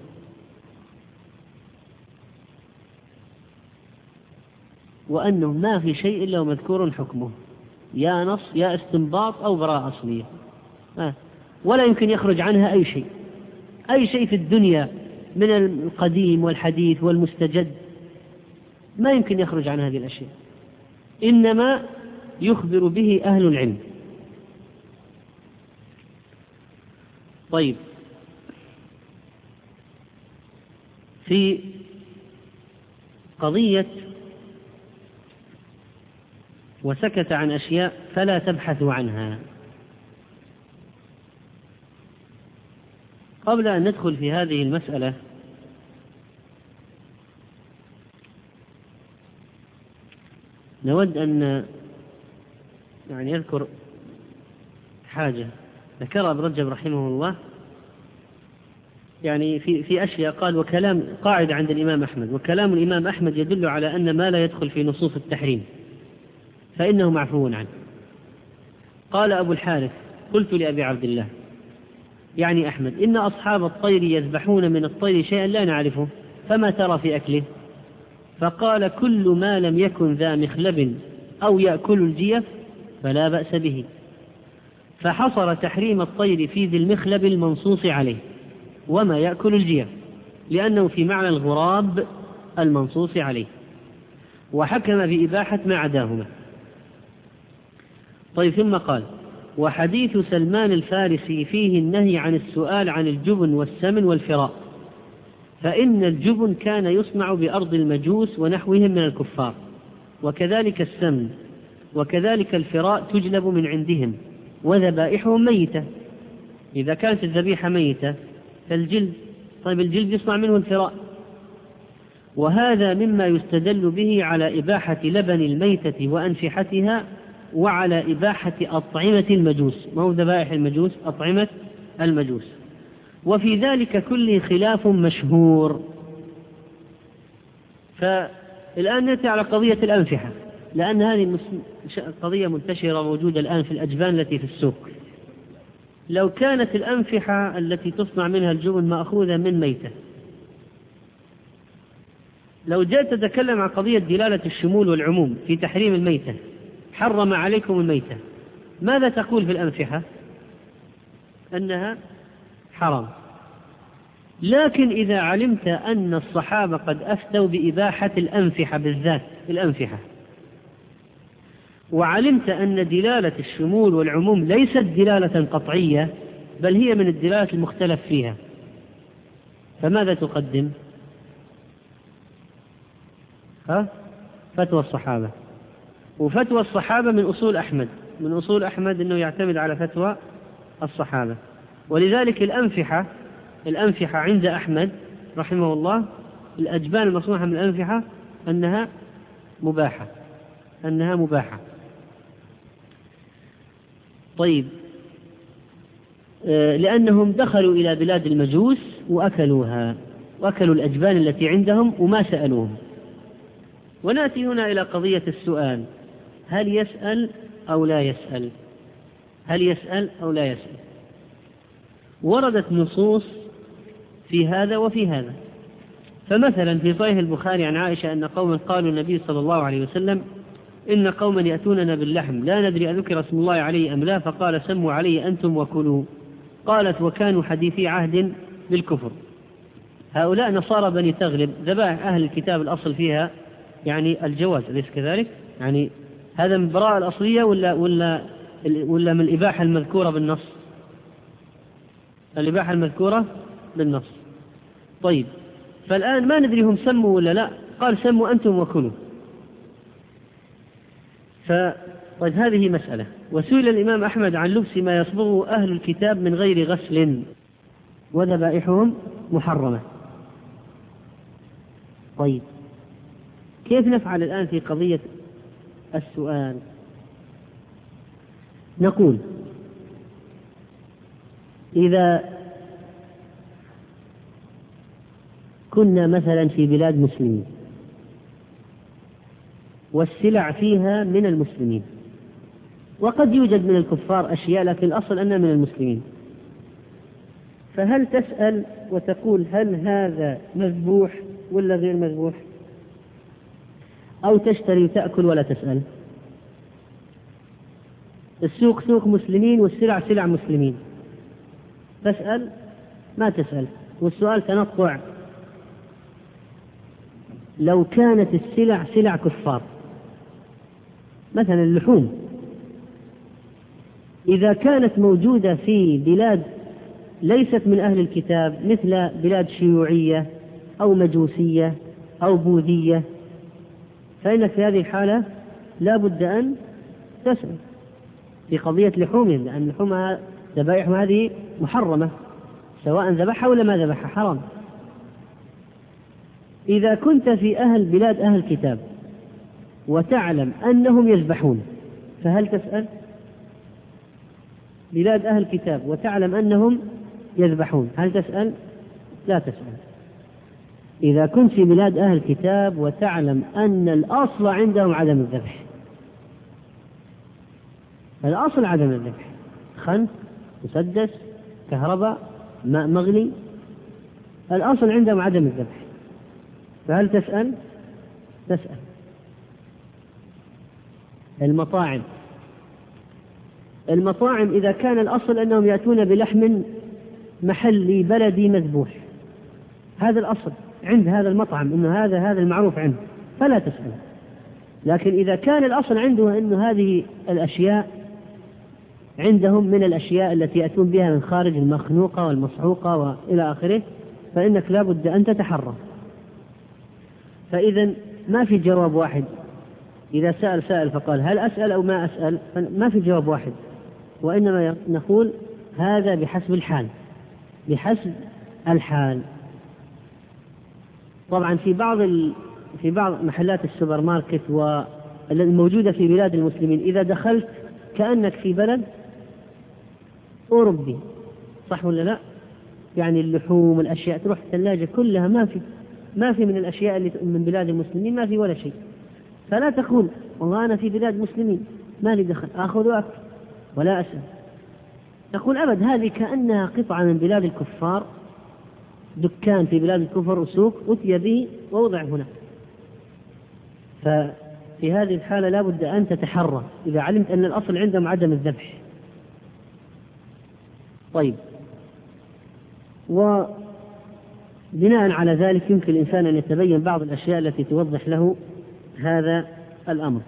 وأنه ما في شيء إلا ومذكور حكمه، يا نص يا استنباط أو براءة أصلية، ولا يمكن يخرج عنها أي شيء. أي شيء في الدنيا من القديم والحديث والمستجد ما يمكن يخرج عن هذه الأشياء، إنما يخبر به أهل العلم. طيب، في قضية وسكت عن أشياء فلا تبحثوا عنها، قبل أن ندخل في هذه المسألة نود أن يعني يذكر حاجة ذكرها ابن رجب رحمه الله، يعني في في أشياء قال وكلام قاعدة عند الإمام أحمد، وكلام الإمام أحمد يدل على أن ما لا يدخل في نصوص التحريم فإنه معفو عنه. قال أبو الحارث قلت لأبي عبد الله يعني أحمد إن أصحاب الطير يذبحون من الطير شيئا لا نعرفه فما ترى في أكله؟ فقال كل ما لم يكن ذا مخلب أو يأكل الجيف فلا بأس به، فحصر تحريم الطير في ذي المخلب المنصوص عليه وما يأكل الجيف لأنه في معنى الغراب المنصوص عليه، وحكم بإباحة ما عداهما. طيب، ثم قال وحديث سلمان الفارسي فيه النهي عن السؤال عن الجبن والسمن والفراء، فإن الجبن كان يصنع بأرض المجوس ونحوهم من الكفار، وكذلك السمن، وكذلك الفراء تجلب من عندهم، وذبائحهم ميتة. إذا كانت الذبيحة ميتة فالجلد، طيب الجلد يصنع منه الفراء. وهذا مما يستدل به على إباحة لبن الميتة وأنفحتها، وعلى إباحة أطعمة المجوس، ما هو ذبائح المجوس، أطعمة المجوس. وفي ذلك كله خلاف مشهور. فالآن نأتي على قضية الأنفحة، لأن هذه قضية منتشرة موجودة الآن في الأجبان التي في السوق. لو كانت الأنفحة التي تصنع منها الجبن مأخوذة من ميتة، لو جاءت تتكلم عن قضية دلالة الشمول والعموم في تحريم الميتة، حرم عليكم الميتة، ماذا تقول في الأنفحة؟ أنها حرام. لكن إذا علمت أن الصحابة قد أفتوا بإباحة الأنفحة بالذات الأنفحة، وعلمت أن دلالة الشمول والعموم ليست دلالة قطعية بل هي من الدلالات المختلف فيها، فماذا تقدم؟ ها؟ فتوى الصحابة. وفتوى الصحابة من أصول أحمد، من أصول أحمد أنه يعتمد على فتوى الصحابة. ولذلك الأنفحة الأنفحة عند أحمد رحمه الله، الأجبان المصنوعة من الأنفحة أنها مباحة أنها مباحة طيب، لأنهم دخلوا إلى بلاد المجوس وأكلوها وأكلوا الأجبان التي عندهم وما سألوهم. ونأتي هنا إلى قضية السؤال، هل يسأل أو لا يسأل هل يسأل أو لا يسأل؟ وردت نصوص في هذا وفي هذا. فمثلا في صحيح البخاري عن عائشة أن قوما قالوا النبي صلى الله عليه وسلم إن قوما يأتوننا باللحم لا ندري أذكر اسم الله عليه أم لا، فقال سموا عليه أنتم وكلوا. قالت وكانوا حديثي عهد بالكفر. هؤلاء نصارى بني تغلب، ذبائح أهل الكتاب الأصل فيها يعني الجواز، أليس كذلك؟ يعني هذا من البراءة الأصلية ولا, ولا, ولا من الإباحة المذكورة بالنص؟ الإباحة المذكورة بالنص. طيب، فالآن ما ندري هم سموا ولا لا، قال سموا أنتم وكلوا. طيب هذه مسألة. وسئل الإمام أحمد عن لبس ما يصبغه أهل الكتاب من غير غسل وذبائحهم محرمة. طيب كيف نفعل الآن في قضية السؤال؟ نقول إذا كنا مثلا في بلاد مسلمين والسلع فيها من المسلمين، وقد يوجد من الكفار أشياء لكن الأصل أنها من المسلمين، فهل تسأل وتقول هل هذا مذبوح ولا غير مذبوح، أو تشتري وتأكل ولا تسأل؟ السوق سوق مسلمين والسلع سلع مسلمين، تسأل ما تسأل؟ والسؤال تنطع. لو كانت السلع سلع كفار مثلا اللحوم، إذا كانت موجودة في بلاد ليست من أهل الكتاب مثل بلاد شيوعية أو مجوسية أو بوذية، فإنك في هذه الحالة لا بد أن تسأل في قضية لحومهم، لأن لحومها ذبائحهم هذه محرمة سواء ذبحها ولا ما ذبحها، حرام. إذا كنت في أهل بلاد أهل الكتاب وتعلم أنهم يذبحون فهل تسأل؟ بلاد أهل الكتاب وتعلم أنهم يذبحون هل تسأل؟ لا تسأل. إذا كنت في بلاد أهل الكتاب وتعلم أن الأصل عندهم عدم الذبح، الأصل عدم الذبح، خنث، مسدس، كهرباء، ماء مغلي، الأصل عندهم عدم الذبح، فهل تسأل؟ تسأل. المطاعم المطاعم إذا كان الأصل أنهم يأتون بلحم محلي بلدي مذبوح، هذا الأصل عند هذا المطعم إنه هذا هذا المعروف عنه، فلا تسأل. لكن إذا كان الأصل عنده أنه هذه الأشياء عندهم من الأشياء التي يأتون بها من خارج المخنوقة والمصعوقة وإلى آخره، فإنك لا بد أن تتحرى. فإذا ما في جواب واحد. إذا سأل سائل فقال هل أسأل أو ما أسأل، ما في جواب واحد، وإنما نقول هذا بحسب الحال بحسب الحال. طبعا في بعض ال... في بعض محلات السوبر ماركت والموجودة في بلاد المسلمين إذا دخلت كأنك في بلد أوروبي، صح ولا لا؟ يعني اللحوم والأشياء تروح الثلاجة كلها ما في ما في من الأشياء اللي من بلاد المسلمين ما في ولا شيء، فلا تقول والله أنا في بلاد مسلمين ما لي دخل أخذ وأكل ولا أسأل. تقول أبد هذه كأنها قطعة من بلاد الكفار، دكان في بلاد الكفر وسوق أتي به ووضع هنا. ففي هذه الحالة لا بد أن تتحرى إذا علمت أن الأصل عندهم عدم الذبح. طيب، وبناء على ذلك يمكن الإنسان أن يتبين بعض الأشياء التي توضح له هذا الأمر.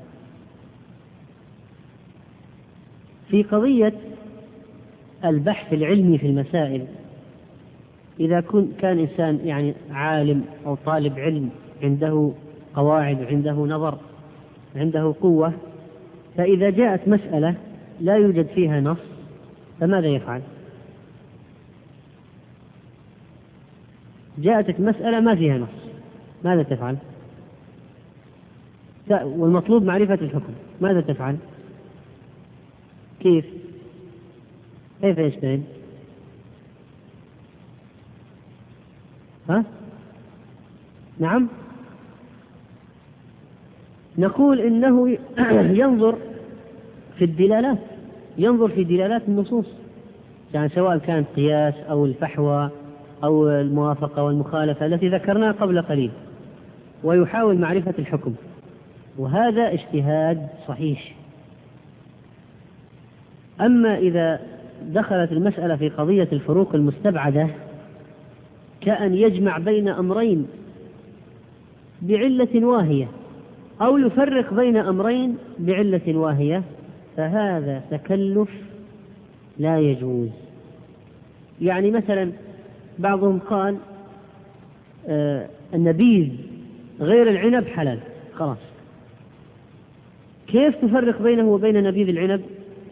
في قضية البحث العلمي في المسائل، إذا كان إنسان يعني عالم أو طالب علم عنده قواعد وعنده نظر عنده قوة، فإذا جاءت مسألة لا يوجد فيها نص فماذا يفعل؟ جاءتك مسألة ما فيها نص، ماذا تفعل؟ والمطلوب معرفة الحكم، ماذا تفعل؟ كيف؟ كيف يجتهد؟ ها؟ نعم، نقول إنه ينظر في الدلالات، ينظر في دلالات النصوص، يعني سواء كانت قياس أو الفحوى أو الموافقة والمخالفة التي ذكرناها قبل قليل، ويحاول معرفة الحكم، وهذا اجتهاد صحيح. أما إذا دخلت المسألة في قضية الفروق المستبعدة كأن يجمع بين أمرين بعلة واهية أو يفرق بين أمرين بعلة واهية، فهذا تكلف لا يجوز. يعني مثلا بعضهم قال آه النبيذ غير العنب حلال، خلاص، كيف تفرق بينه وبين نبيذ العنب؟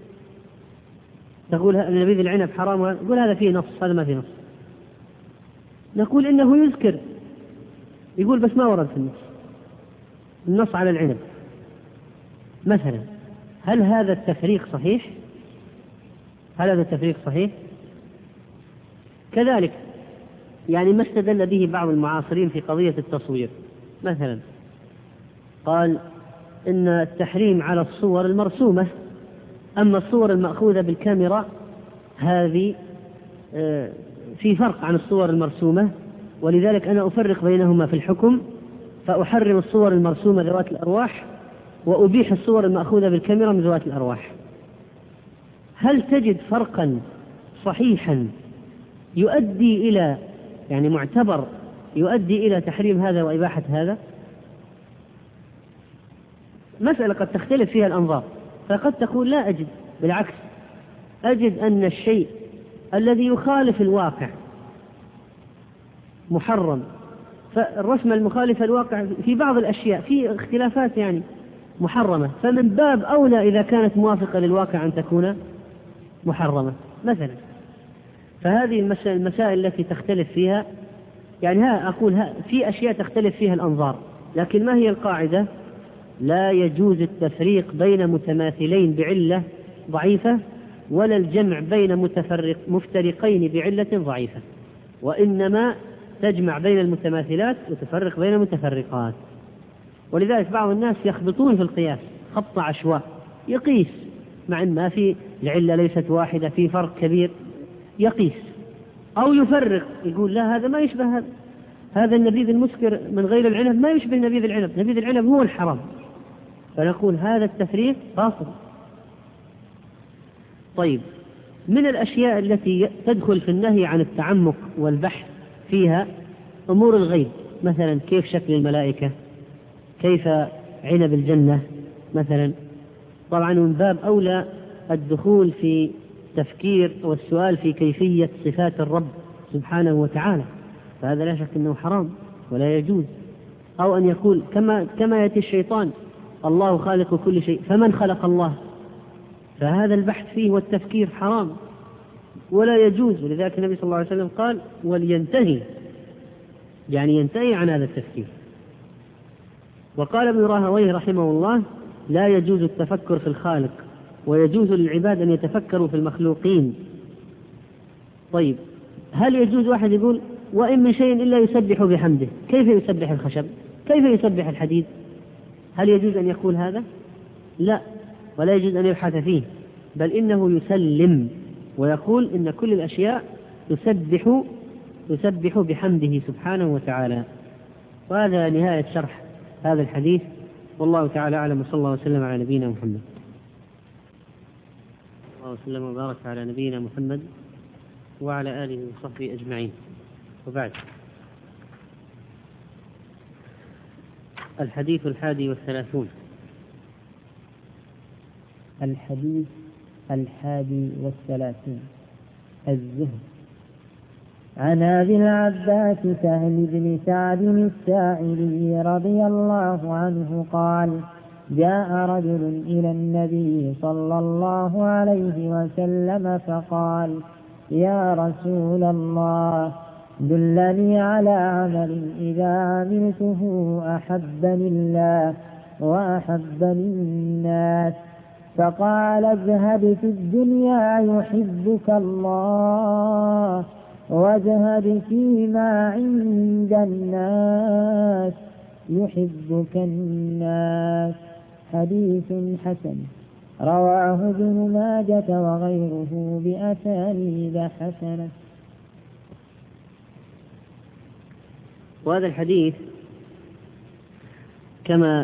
تقول نبيذ العنب حرام، يقول هذا فيه نص، هذا ما فيه نص. نقول إنه يذكر، يقول بس ما ورد في النص النص على العنب مثلا. هل هذا التفريق صحيح؟ هل هذا التفريق صحيح؟ كذلك يعني ما استدل به بعض المعاصرين في قضية التصوير مثلا، قال إن التحريم على الصور المرسومة، أما الصور المأخوذة بالكاميرا هذه في فرق عن الصور المرسومة، ولذلك أنا أفرق بينهما في الحكم، فأحرم الصور المرسومة ذوات الأرواح وأبيح الصور المأخوذة بالكاميرا من ذوات الأرواح. هل تجد فرقا صحيحا يؤدي إلى يعني معتبر يؤدي إلى تحريم هذا وإباحة هذا؟ مسألة قد تختلف فيها الأنظار، فقد تقول لا أجد، بالعكس أجد أن الشيء الذي يخالف الواقع محرم، فالرسمة المخالفة الواقع في بعض الأشياء في اختلافات يعني محرمة، فمن باب أولى إذا كانت موافقة للواقع أن تكون محرمة مثلا. فهذه المسائل التي تختلف فيها يعني ها أقول ها في أشياء تختلف فيها الأنظار، لكن ما هي القاعدة؟ لا يجوز التفريق بين متماثلين بعلة ضعيفة، ولا الجمع بين متفرق مفترقين بعلة ضعيفة، وإنما تجمع بين المتماثلات وتفرق بين المتفرقات. ولذلك بعض الناس يخبطون في القياس خبط عشواء، يقيس مع أن ما في العلة ليست واحدة، في فرق كبير، يقيس أو يفرق، يقول لا هذا ما يشبه هذا، هذا النبيذ المسكر من غير العنب ما يشبه نبيذ العنب، نبيذ العنب هو الحرام، فنقول هذا التفريق باطل. طيب، من الأشياء التي تدخل في النهي عن التعمق والبحث فيها أمور الغيب، مثلا كيف شكل الملائكة، كيف عنب الجنة مثلا. طبعا من باب أولى الدخول في تفكير والسؤال في كيفية صفات الرب سبحانه وتعالى، فهذا لا شك أنه حرام ولا يجوز. أو أن يقول كما كما يأتي الشيطان الله خالق كل شيء فمن خلق الله، فهذا البحث فيه والتفكير حرام ولا يجوز. ولذلك النبي صلى الله عليه وسلم قال ولينتهي، يعني ينتهي عن هذا التفكير. وقال ابن راهويه رحمه الله لا يجوز التفكر في الخالق، ويجوز للعباد أن يتفكروا في المخلوقين. طيب، هل يجوز واحد يقول وإن من شيء إلا يسبح بحمده؟ كيف يسبح الخشب؟ كيف يسبح الحديد؟ هل يجوز أن يقول هذا؟ لا، ولا يجوز أن يبحث فيه، بل إنه يسلم ويقول إن كل الأشياء تسبح تسبح بحمده سبحانه وتعالى. وهذا نهاية شرح هذا الحديث، والله تعالى أعلم، وصلى الله وسلم على نبينا محمد. الله وسلم وبارك على نبينا محمد وعلى آله وصحبه أجمعين، وبعد. الحديث الحادي والثلاثون. الحديث الحادي والثلاثون. الزهد. عن أبي العباس سهل بن سعد الساعدي رضي الله عنه قال جاء رجل إلى النبي صلى الله عليه وسلم فقال يا رسول الله دلني على عمل إذا عملته أحبني الله وأحبني الناس. فقال اذهب في الدنيا يحبك الله واذهب فيما عند الناس يحبك الناس. حديث حسن رواه ابن ماجة وغيره بأسانيد حسنة. وهذا الحديث كما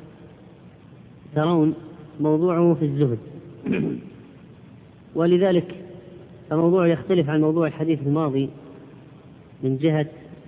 ترون موضوعه في الزهد، ولذلك الموضوع يختلف عن موضوع الحديث الماضي من جهة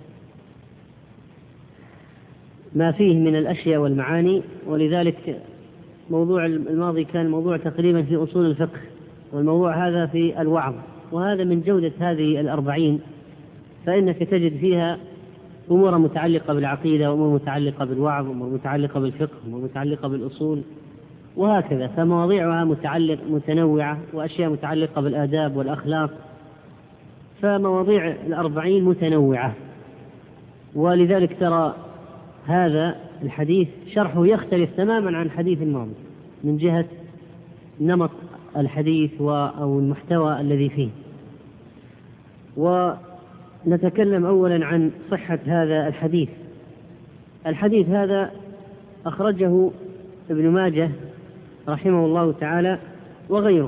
ما فيه من الأشياء والمعاني، ولذلك موضوع الماضي كان موضوع تقريبا في أصول الفقه، والموضوع هذا في الوعظ. وهذا من جودة هذه الأربعين، فإنك تجد فيها أمور متعلقة بالعقيدة، وأمور متعلقة بالوعظ، وأمور متعلقة بالفقه، وأمور متعلقة بالأصول، وهكذا. فمواضيعها متعلق متنوعة، وأشياء متعلقة بالآداب والأخلاق، فمواضيع الأربعين متنوعة. ولذلك ترى هذا الحديث شرحه يختلف تماما عن الحديث الماضي من جهة نمط الحديث أو المحتوى الذي فيه. ونتكلم أولا عن صحة هذا الحديث. الحديث هذا أخرجه ابن ماجه رحمه الله تعالى وغيره،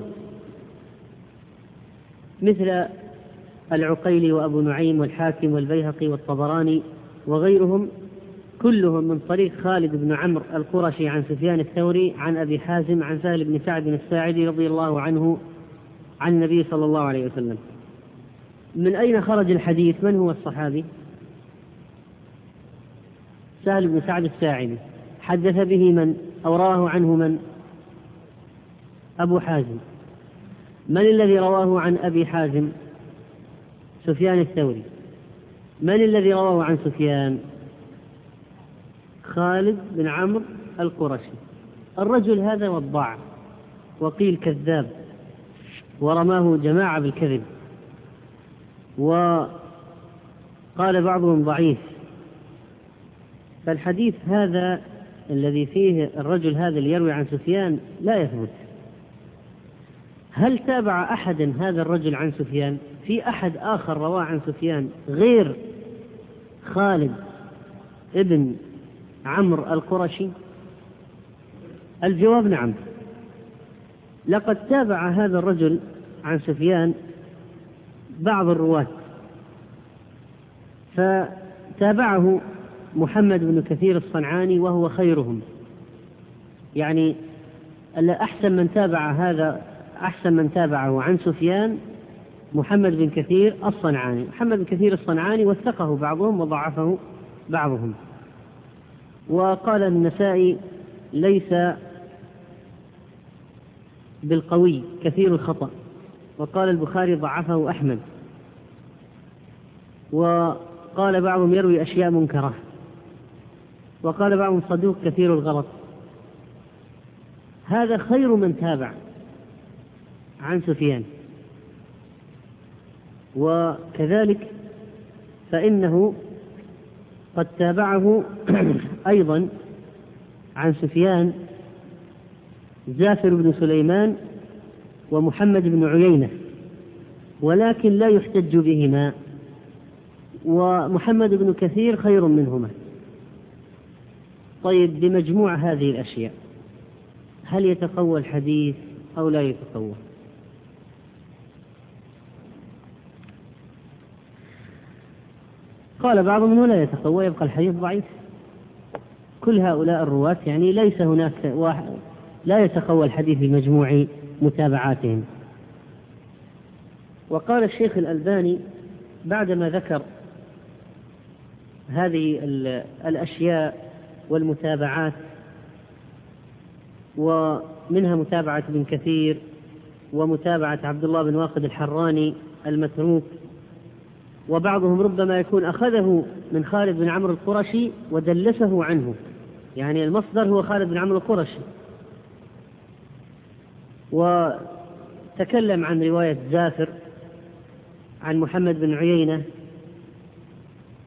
مثل العقيلي وأبو نعيم والحاكم والبيهقي والطبراني وغيرهم، كلهم من طريق خالد بن عمرو القرشي عن سفيان الثوري عن أبي حازم عن سهل بن سعد الساعدي رضي الله عنه عن النبي صلى الله عليه وسلم. من أين خرج الحديث؟ من هو الصحابي؟ سهل بن سعد الساعدي. حدث به من أو رواه عنه من؟ أبو حازم. من الذي رواه عن أبي حازم؟ سفيان الثوري. من الذي رواه عن سفيان؟ خالد بن عمرو القرشي. الرجل هذا وضاع، وقيل كذاب، ورماه جماعة بالكذب، وقال بعضهم ضعيف. فالحديث هذا الذي فيه الرجل هذا اللي يروي عن سفيان لا يثبت. هل تابع أحدا هذا الرجل عن سفيان؟ في أحد آخر رواه عن سفيان غير خالد ابن عمرو القرشي؟ الجواب نعم. لقد تابع هذا الرجل عن سفيان بعض الرواة، فتابعه محمد بن كثير الصنعاني وهو خيرهم. يعني أحسن من تابع هذا أحسن من تابعه عن سفيان محمد بن كثير الصنعاني. محمد بن كثير الصنعاني وثقه بعضهم وضعفه بعضهم. وقال النسائي ليس بالقوي كثير الخطأ، وقال البخاري ضعفه أحمد، وقال بعضهم يروي أشياء منكرة، وقال بعضهم صدوق كثير الغلط. هذا خير من تابع عن سفيان. وكذلك فإنه قد تابعه أيضا عن سفيان زافر بن سليمان ومحمد بن عيينة، ولكن لا يحتج بهما، ومحمد بن كثير خير منهما. طيب، بمجموع هذه الأشياء هل يتقوى الحديث أو لا يتقوى؟ قال بعضهم أنه لا يتقوى، يبقى الحديث ضعيف. كل هؤلاء الرواة يعني ليس هناك واحد لا يتقوى الحديث بمجموع متابعاتهم. وقال الشيخ الألباني بعدما ذكر هذه الأشياء والمتابعات، ومنها متابعة ابن كثير ومتابعة عبد الله بن واقد الحراني المتروك، وبعضهم ربما يكون أخذه من خالد بن عمرو القرشي ودلسه عنه، يعني المصدر هو خالد بن عمرو القرشي. وتكلم عن رواية زافر عن محمد بن عيينة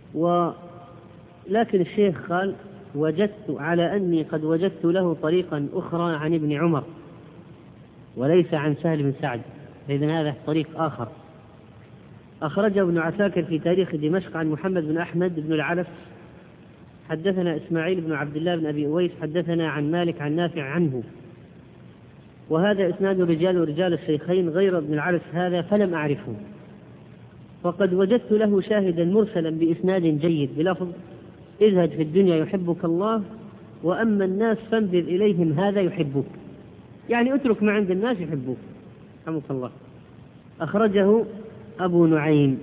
ولكن الشيخ قال وجدت على أني قد وجدت له طريقا أخرى عن ابن عمر وليس عن سهل بن سعد، فإذن هذا طريق آخر. أخرجه ابن عساكر في تاريخ دمشق عن محمد بن أحمد بن العلف حدثنا إسماعيل بن عبد الله بن أبي أويس حدثنا عن مالك عن نافع عنه، وهذا إسناد رجال ورجال الشيخين غير ابن العلف هذا فلم أعرفه، وقد وجدت له شاهدا مرسلا بإسناد جيد بلفظ اذهب في الدنيا يحبك الله وأما الناس فانبذ إليهم هذا يحبك، يعني اترك ما عند الناس يحبوك رحمك الله. أخرجه أبو نعيم.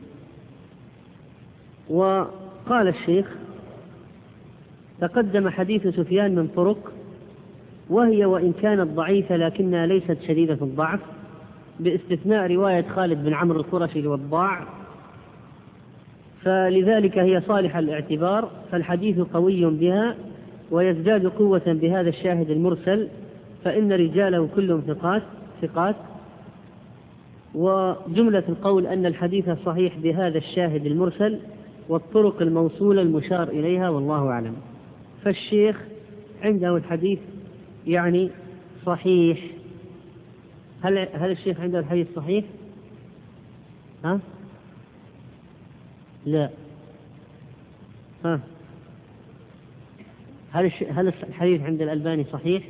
وقال الشيخ تقدم حديث سفيان من طرق وهي وإن كانت ضعيفة لكنها ليست شديدة الضعف، باستثناء رواية خالد بن عمرو القرشي الوضاع، فلذلك هي صالحة الاعتبار، فالحديث قوي بها ويزداد قوة بهذا الشاهد المرسل، فإن رجاله كلهم ثقات ثقات وجملة القول أن الحديث صحيح بهذا الشاهد المرسل والطرق الموصولة المشار إليها والله أعلم. فالشيخ عنده الحديث يعني صحيح. هل هل الشيخ عنده الحديث صحيح؟ ها؟ لا. ها؟ هل هل الحديث عند الألباني صحيح؟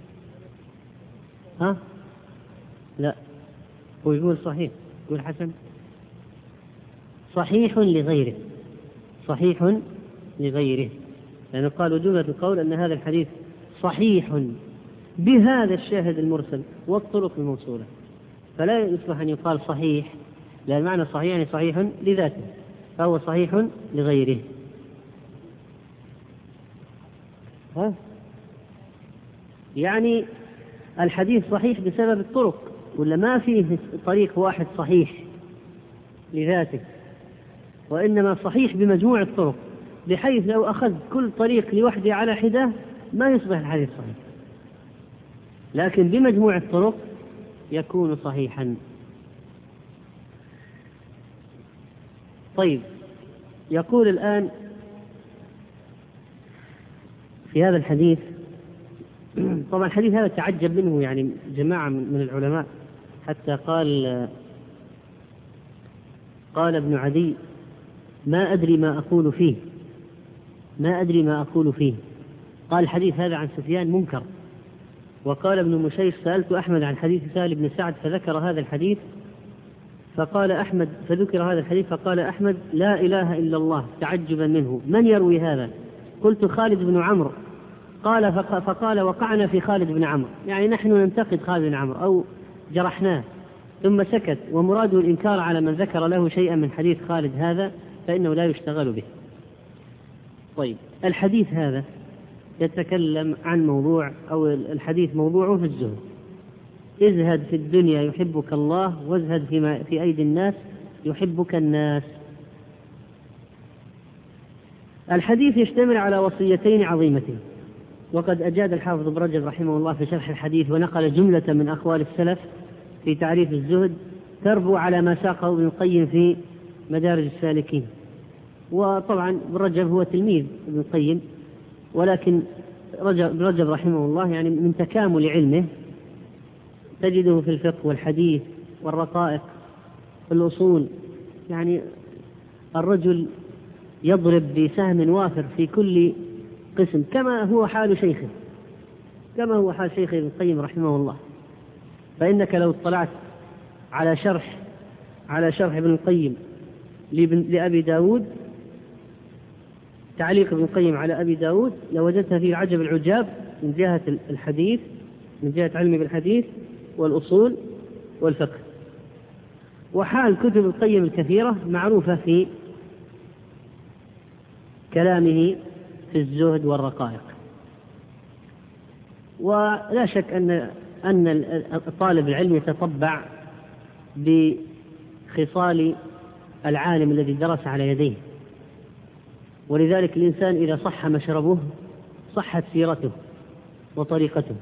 ها؟ لا. هو يقول صحيح، يقول حسن صحيح لغيره، صحيح لغيره، لأنه قالوا جملة القول أن هذا الحديث صحيح بهذا الشاهد المرسل والطرق الموصولة، فلا يصلح أن يقال صحيح، لأن معنى صحيح يعني صحيح لذاته، فهو صحيح لغيره. ها؟ يعني الحديث صحيح بسبب الطرق، ولا ما فيه طريق واحد صحيح لذاته، وإنما صحيح بمجموع الطرق، بحيث لو أخذ كل طريق لوحده على حدة ما يصبح الحديث صحيح، لكن بمجموع الطرق يكون صحيحا. طيب، يقول الآن في هذا الحديث، طبعا الحديث هذا تعجب منه يعني جماعة من العلماء، حتى قال قال ابن عدي ما أدري ما أقول فيه ما أدري ما أقول فيه قال الحديث هذا عن سفيان منكر. وقال ابن مشيش سألت أحمد عن حديث سهل بن سعد فذكر هذا الحديث فقال أحمد فذكر هذا الحديث فقال أحمد لا إله إلا الله تعجبا منه، من يروي هذا؟ قلت خالد بن عمرو. قال فقال وقعنا في خالد بن عمرو، يعني نحن ننتقد خالد بن عمرو أو جرحناه، ثم سكت، ومراده الإنكار على من ذكر له شيئا من حديث خالد هذا فإنه لا يشتغل به. طيب، الحديث هذا يتكلم عن موضوع، أو الحديث موضوعه في الزهد، ازهد في الدنيا يحبك الله وازهد فيما في أيدي الناس يحبك الناس. الحديث يشتمل على وصيتين عظيمتين، وقد أجاد الحافظ ابن رجب رحمه الله في شرح الحديث ونقل جملة من أقوال السلف في تعريف الزهد تربو على ما ساقه ابن القيم في مدارج السالكين. وطبعا ابن رجب هو تلميذ ابن القيم، ولكن ابن رجب رحمه الله يعني من تكامل علمه تجده في الفقه والحديث والرقائق والأصول، يعني الرجل يضرب بسهم وافر في كل قسم، كما هو حال شيخه كما هو حال شيخ ابن القيم رحمه الله. فإنك لو اطلعت على شرح على شرح ابن القيم لأبي داود، تعليق ابن القيم على أبي داود، لوجدت فيه العجب العجاب من جهة الحديث، من جهة علمه بالحديث والأصول والفقه. وحال كتب القيم الكثيرة معروفة في كلامه في الزهد والرقائق. ولا شك أن أن طالب العلم يتطبع بخصال العالم الذي درس على يديه، ولذلك الإنسان إذا صح مشربه صحت سيرته وطريقته.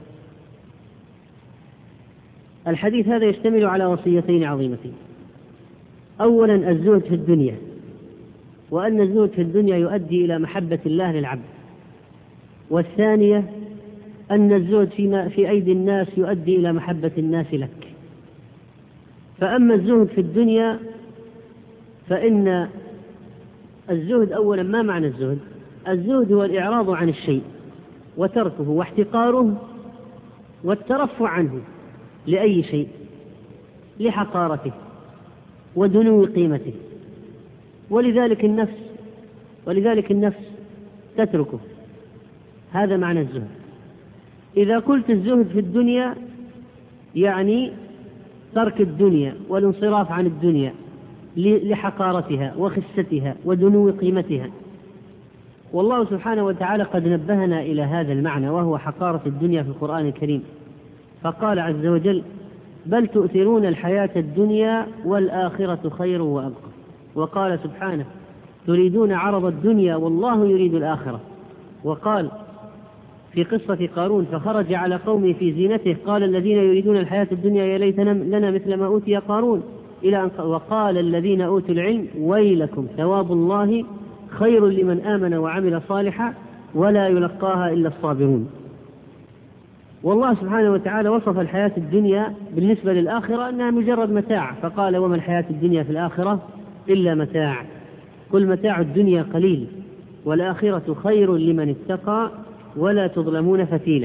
الحديث هذا يشتمل على وصيتين عظيمتين. أولا الزهد في الدنيا، وأن الزهد في الدنيا يؤدي إلى محبة الله للعبد. والثانية أن الزهد فيما في أيدي الناس يؤدي إلى محبة الناس لك. فأما الزهد في الدنيا فإن الزهد أولا، ما معنى الزهد؟ الزهد هو الإعراض عن الشيء وتركه واحتقاره والترفع عنه لأي شيء، لحقارته ودنو قيمته، ولذلك النفس ولذلك النفس تتركه. هذا معنى الزهد. إذا قلت الزهد في الدنيا يعني ترك الدنيا والانصراف عن الدنيا لحقارتها وخستها ودنو قيمتها. والله سبحانه وتعالى قد نبهنا إلى هذا المعنى وهو حقارة الدنيا في القرآن الكريم، فقال عز وجل: بل تؤثرون الحياة الدنيا والآخرة خير وأبقى. وقال سبحانه: تريدون عرض الدنيا والله يريد الآخرة. وقال في قصة قارون: فخرج على قومه في زينته قال الذين يريدون الحياة الدنيا يا ليت لنا مثل ما أوتي قارون، إلى أن وقال الذين أوتوا العلم ويلكم ثواب الله خير لمن آمن وعمل صالحا ولا يلقاها إلا الصابرون. والله سبحانه وتعالى وصف الحياة الدنيا بالنسبة للآخرة أنها مجرد متاع، فقال: وما الحياة الدنيا في الآخرة إلا متاع، كل متاع الدنيا قليل والآخرة خير لمن اتقى ولا تظلمون فتيلا.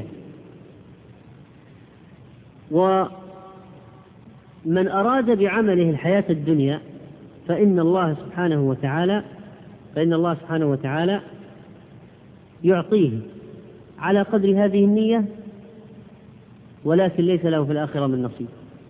ومن أراد بعمله الحياة الدنيا فإن الله سبحانه وتعالى فإن الله سبحانه وتعالى يعطيه على قدر هذه النية، ولكن ليس له في الآخرة من نصيب.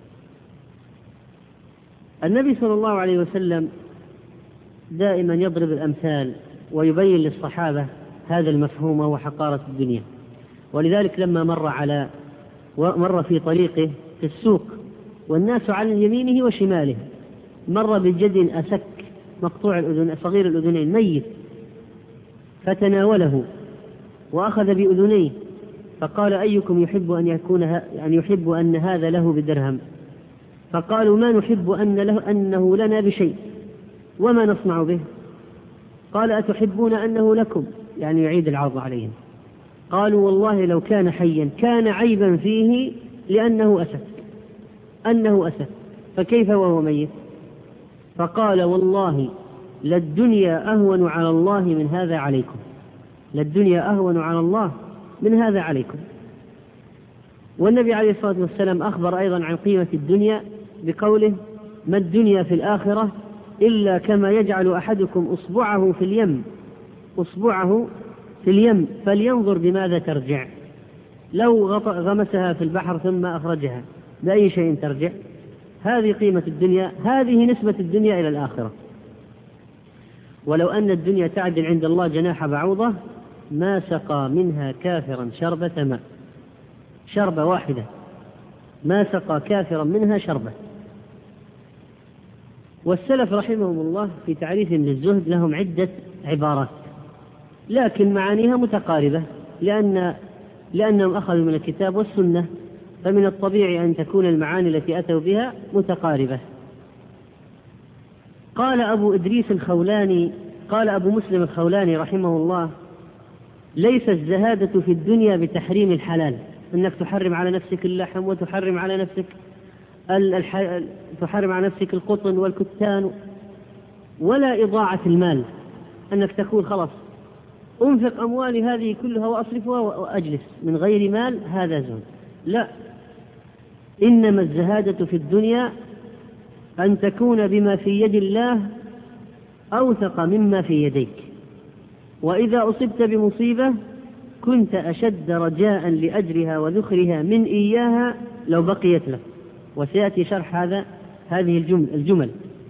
النبي صلى الله عليه وسلم دائما يضرب الأمثال ويبين للصحابة هذا المفهوم وهو حقارة الدنيا. ولذلك لما مر على مر في طريقه في السوق والناس على يمينه وشماله، مر بجد أسك مقطوع الأذن صغير الأذنين ميت، فتناوله وأخذ بأذنيه فقال: أيكم يحب أن يكون أن يحب أن هذا له بدرهم؟ فقالوا: ما نحب أن له أنه لنا بشيء، وما نصنع به؟ قال: أتحبون أنه لكم؟ يعني يعيد العرض عليهم. قالوا: والله لو كان حيا كان عيبا فيه لأنه أسك أنه أسك فكيف وهو ميت؟ فقال: والله للدنيا أهون على الله من هذا عليكم، للدنيا أهون على الله من هذا عليكم. والنبي عليه الصلاة والسلام أخبر أيضا عن قيمة الدنيا بقوله: ما الدنيا في الآخرة إلا كما يجعل أحدكم أصبعه في اليم أصبعه في اليم فلينظر بماذا ترجع. لو غمسها في البحر ثم أخرجها بأي شيء ترجع؟ هذه قيمة الدنيا، هذه نسبة الدنيا إلى الآخرة. ولو أن الدنيا تعدل عند الله جناح بعوضة ما سقى منها كافرا شربة ماء، شربة واحدة، ما سقى كافرا منها شربة. والسلف رحمهم الله في تعريفهم للزهد لهم عدة عبارات، لكن معانيها متقاربة لأن لأنهم أخذوا من الكتاب والسنة، فمن الطبيعي أن تكون المعاني التي أتوا بها متقاربة. قال أبو إدريس الخولاني قال أبو مسلم الخولاني رحمه الله: ليس الزهادة في الدنيا بتحريم الحلال، أنك تحرم على نفسك اللحم وتحرم على نفسك الح... تحرم على نفسك القطن والكتان، ولا إضاعة المال، أنك تقول خلاص أنفق أموالي هذه كلها وأصرفها وأجلس من غير مال، هذا زهد. لا، إنما الزهادة في الدنيا أن تكون بما في يد الله أوثق مما في يديك، وإذا أصبت بمصيبة كنت أشد رجاء لأجرها وذخرها من إياها لو بقيت لك. وسيأتي شرح هذا هذه الجمل, الجمل.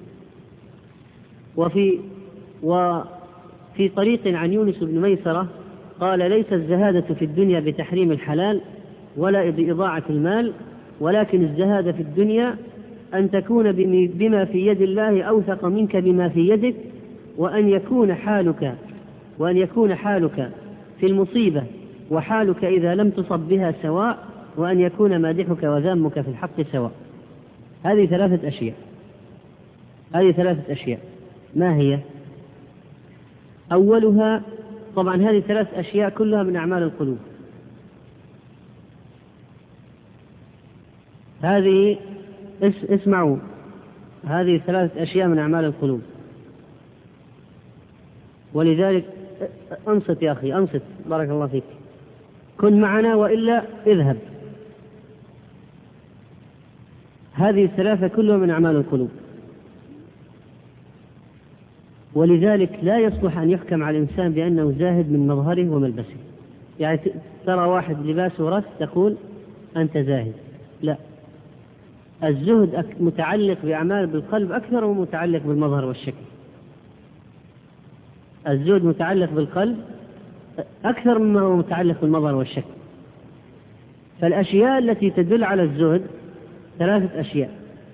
وفي وفي طريق عن يونس بن ميسرة قال: ليس الزهادة في الدنيا بتحريم الحلال ولا بإضاعة المال، ولكن الزهادة في الدنيا أن تكون بما في يد الله أوثق منك بما في يدك، وأن يكون حالك وأن يكون حالك في المصيبة وحالك إذا لم تصب بها سواء، وأن يكون مادحك وذامك في الحق سواء. هذه ثلاثة أشياء هذه ثلاثة أشياء ما هي؟ أولها طبعا هذه ثلاث أشياء كلها من أعمال القلوب. هذه اسمعوا، هذه ثلاث أشياء من أعمال القلوب، ولذلك أنصت يا أخي أنصت، بارك الله فيك، كن معنا وإلا اذهب. هذه الثلاثة كلها من أعمال القلوب، ولذلك لا يصلح أن يحكم على الإنسان بأنه زاهد من مظهره وملبسه. يعني ترى واحد لباسه رث تقول أنت زاهد، لا، الزهد متعلق بأعمال بالقلب أكثر ومتعلق بالمظهر والشكل. الزهد متعلق بالقلب أكثر مما هو متعلق بالمظهر والشكل. فالأشياء التي تدل على الزهد ثلاثة أشياء.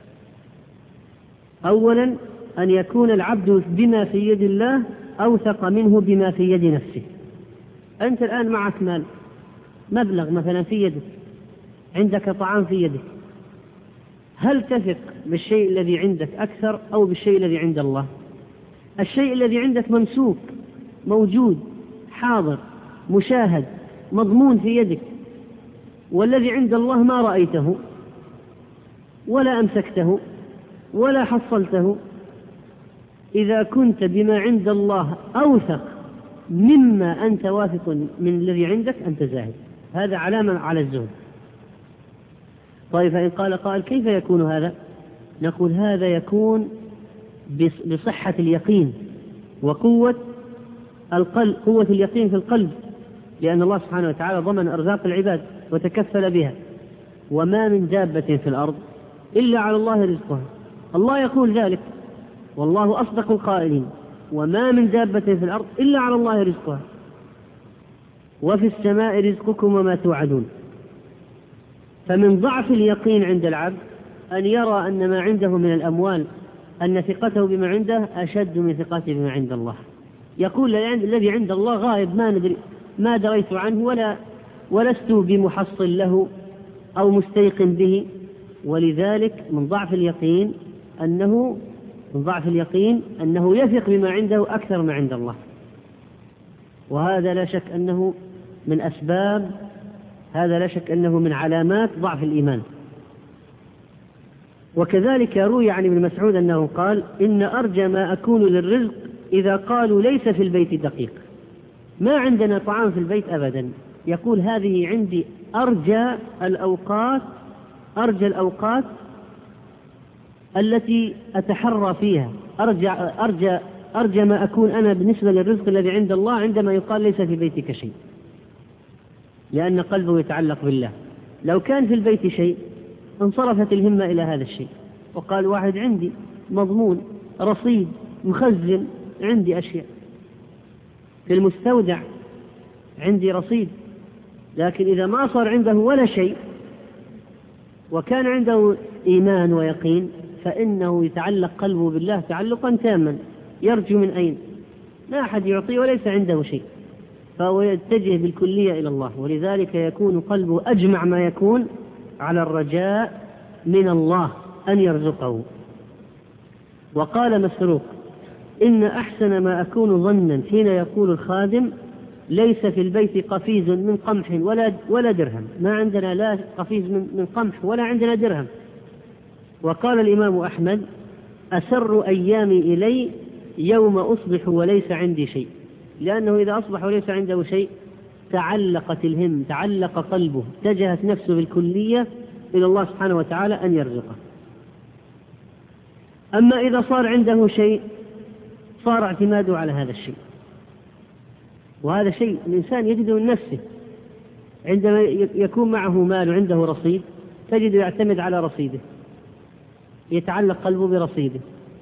أولا أن يكون العبد بما في يد الله أوثق منه بما في يد نفسه. أنت الآن معك مال، مبلغ مثلا في يدك، عندك طعام في يدك، هل تثق بالشيء الذي عندك أكثر أو بالشيء الذي عند الله؟ الشيء الذي عندك ممسوك، موجود، حاضر، مشاهد، مضمون في يدك، والذي عند الله ما رأيته ولا أمسكته ولا حصلته. إذا كنت بما عند الله أوثق مما أنت واثق من الذي عندك أنت زاهد، هذا علامة على الزهد. طيب فإن قال قائل كيف يكون هذا؟ نقول هذا يكون بصحة اليقين وقوة القلب، قوة اليقين في القلب، لأن الله سبحانه وتعالى ضمن أرزاق العباد وتكفل بها. وما من دابة في الأرض إلا على الله رزقها، الله يقول ذلك، والله أصدق القائلين، وما من دابة في الأرض إلا على الله رزقها وفي السماء رزقكم وما توعدون. فمن ضعف اليقين عند العبد أن يرى أن ما عنده من الأموال، أن ثقته بما عنده أشد من ثقته بما عند الله. يقول الذي عند الله غائب، ما ندري، ما دريت عنه ولا ولست بمحصل له أو مستيقن به. ولذلك من ضعف اليقين أنه من ضعف اليقين أنه يثق بما عنده أكثر ما عند الله، وهذا لا شك أنه من أسباب، هذا لا شك أنه من علامات ضعف الإيمان. وكذلك روي عن ابن مسعود أنه قال إن أرجى ما أكون للرزق إذا قالوا ليس في البيت دقيق، ما عندنا طعام في البيت أبدا، يقول هذه عندي أرجى الأوقات، أرجى الأوقات التي أتحرى فيها، أرجى, أرجى, أرجى ما أكون أنا بالنسبة للرزق الذي عند الله عندما يقال ليس في بيتك شيء، لأن قلبه يتعلق بالله. لو كان في البيت شيء انصرفت الهمة إلى هذا الشيء، وقال واحد عندي مضمون، رصيد، مخزن، عندي أشياء في المستودع، عندي رصيد. لكن إذا ما صار عنده ولا شيء وكان عنده إيمان ويقين فإنه يتعلق قلبه بالله تعلقا تاما، يرجو من أين؟ لا أحد يعطيه وليس عنده شيء، فهو يتجه بالكلية إلى الله. ولذلك يكون قلبه أجمع ما يكون على الرجاء من الله أن يرزقه. وقال مسروق إن أحسن ما أكون ظنا حين يقول الخادم ليس في البيت قفيز من قمح ولا ولا درهم، ما عندنا لا قفيز من قمح ولا عندنا درهم. وقال الإمام أحمد أسر أيامي إلي يوم أصبح وليس عندي شيء، لأنه إذا أصبح وليس عنده شيء تعلقت الهم، تعلق قلبه، اتجهت نفسه بالكلية إلى الله سبحانه وتعالى أن يرزقه. أما إذا صار عنده شيء صار اعتماده على هذا الشيء، وهذا شيء الإنسان يجده من نفسه. عندما يكون معه مال وعنده رصيد تجد يعتمد على رصيده، يتعلق قلبه برصيده،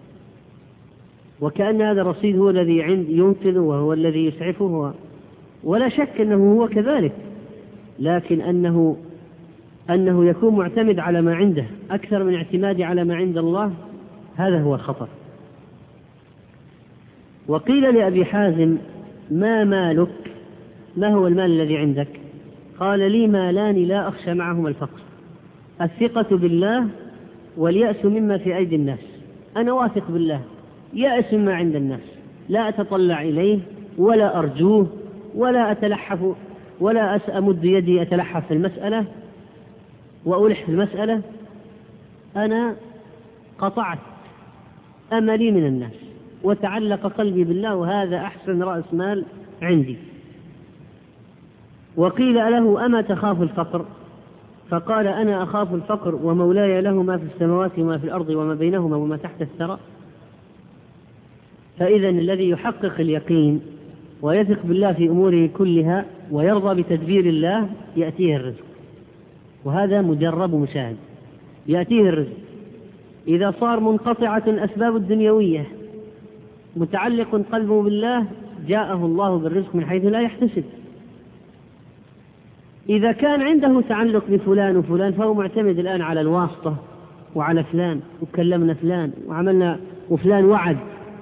وكأن هذا الرصيد هو الذي عند ينقذه وهو الذي يسعفه، ولا شك أنه هو كذلك، لكن أنه أنه يكون معتمد على ما عنده أكثر من اعتمادي على ما عند الله، هذا هو الخطر. وقيل لأبي حازم ما مالك؟ ما هو المال الذي عندك؟ قال لي مالان لا أخشى معهما الفقر، الثقة بالله واليأس مما في أيدي الناس. أنا واثق بالله، يأس مما عند الناس، لا أتطلع إليه ولا أرجوه ولا أتلحف ولا أمد يدي أتلحف في المسألة وألح في المسألة. أنا قطعت أملي من الناس وتعلق قلبي بالله، وهذا أحسن رأس مال عندي. وقيل له: أما تخاف الفقر؟ فقال: أنا أخاف الفقر ومولاي له ما في السماوات وما في الأرض وما بينهما وما تحت الثرى. فإذا الذي يحقق اليقين ويثق بالله في أموره كلها ويرضى بتدبير الله يأتيه الرزق، وهذا مجرب مشاهد. يأتيه الرزق إذا صار منقطعة أسباب الدنيوية، متعلق قلبه بالله، جاءه الله بالرزق من حيث لا يحتسب. إذا كان عنده تعلق بفلان وفلان فهو معتمد الآن على الواسطة وعلى فلان، وكلمنا فلان وعملنا وفلان وعد،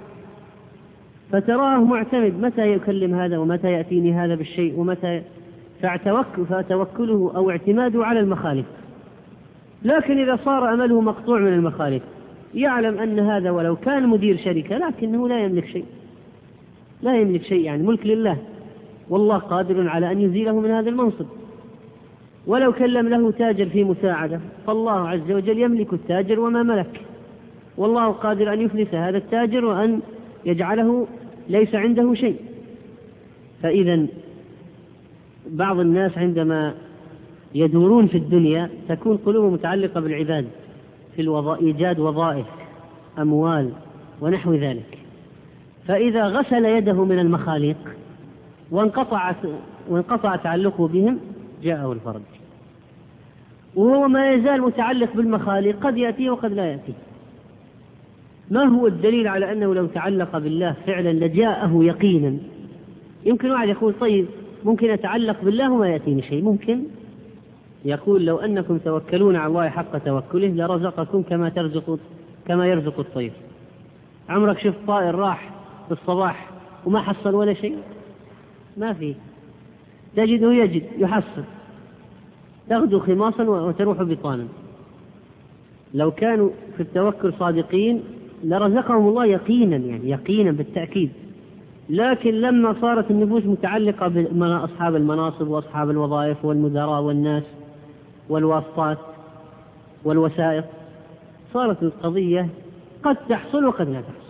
فتراه معتمد متى يكلم هذا ومتى يأتيني هذا بالشيء ومتى، فتوكله أو اعتماده على المخالف. لكن إذا صار أمله مقطوع من المخالف، يعلم أن هذا ولو كان مدير شركة لكنه لا يملك شيء، لا يملك شيء، يعني ملك لله، والله قادر على أن يزيله من هذا المنصب. ولو كلم له تاجر في مساعدة فالله عز وجل يملك التاجر وما ملك، والله قادر أن يفلس هذا التاجر وأن يجعله ليس عنده شيء. فإذا بعض الناس عندما يدورون في الدنيا تكون قلوبهم متعلقة بالعباد في الوظائف، إيجاد وظائف، أموال ونحو ذلك، فإذا غسل يده من المخاليق وانقطع وانقطع تعلقه بهم جاءه الفرج. وهو ما يزال متعلق بالمخاليق، قد يأتي وقد لا يأتي. ما هو الدليل على أنه لو تعلق بالله فعلا لجاءه يقينا؟ يمكن واحد يقول: طيب ممكن أتعلق بالله وما يأتيني شيء. ممكن يقول: لو أنكم توكلون على الله حق توكله لرزقكم كما ترزق كما يرزق الطير. عمرك شفت طائر راح في الصباح وما حصل ولا شيء؟ ما فيه. تجده يجد يحصل، تغدو خماصا وتروح بطانا. لو كانوا في التوكل صادقين لرزقهم الله يقينا، يعني يقينا بالتأكيد. لكن لما صارت النفوس متعلقة بأصحاب المناصب وأصحاب الوظائف والمدراء والناس والواسطات والوسائط، صارت القضية قد تحصل وقد لا تحصل،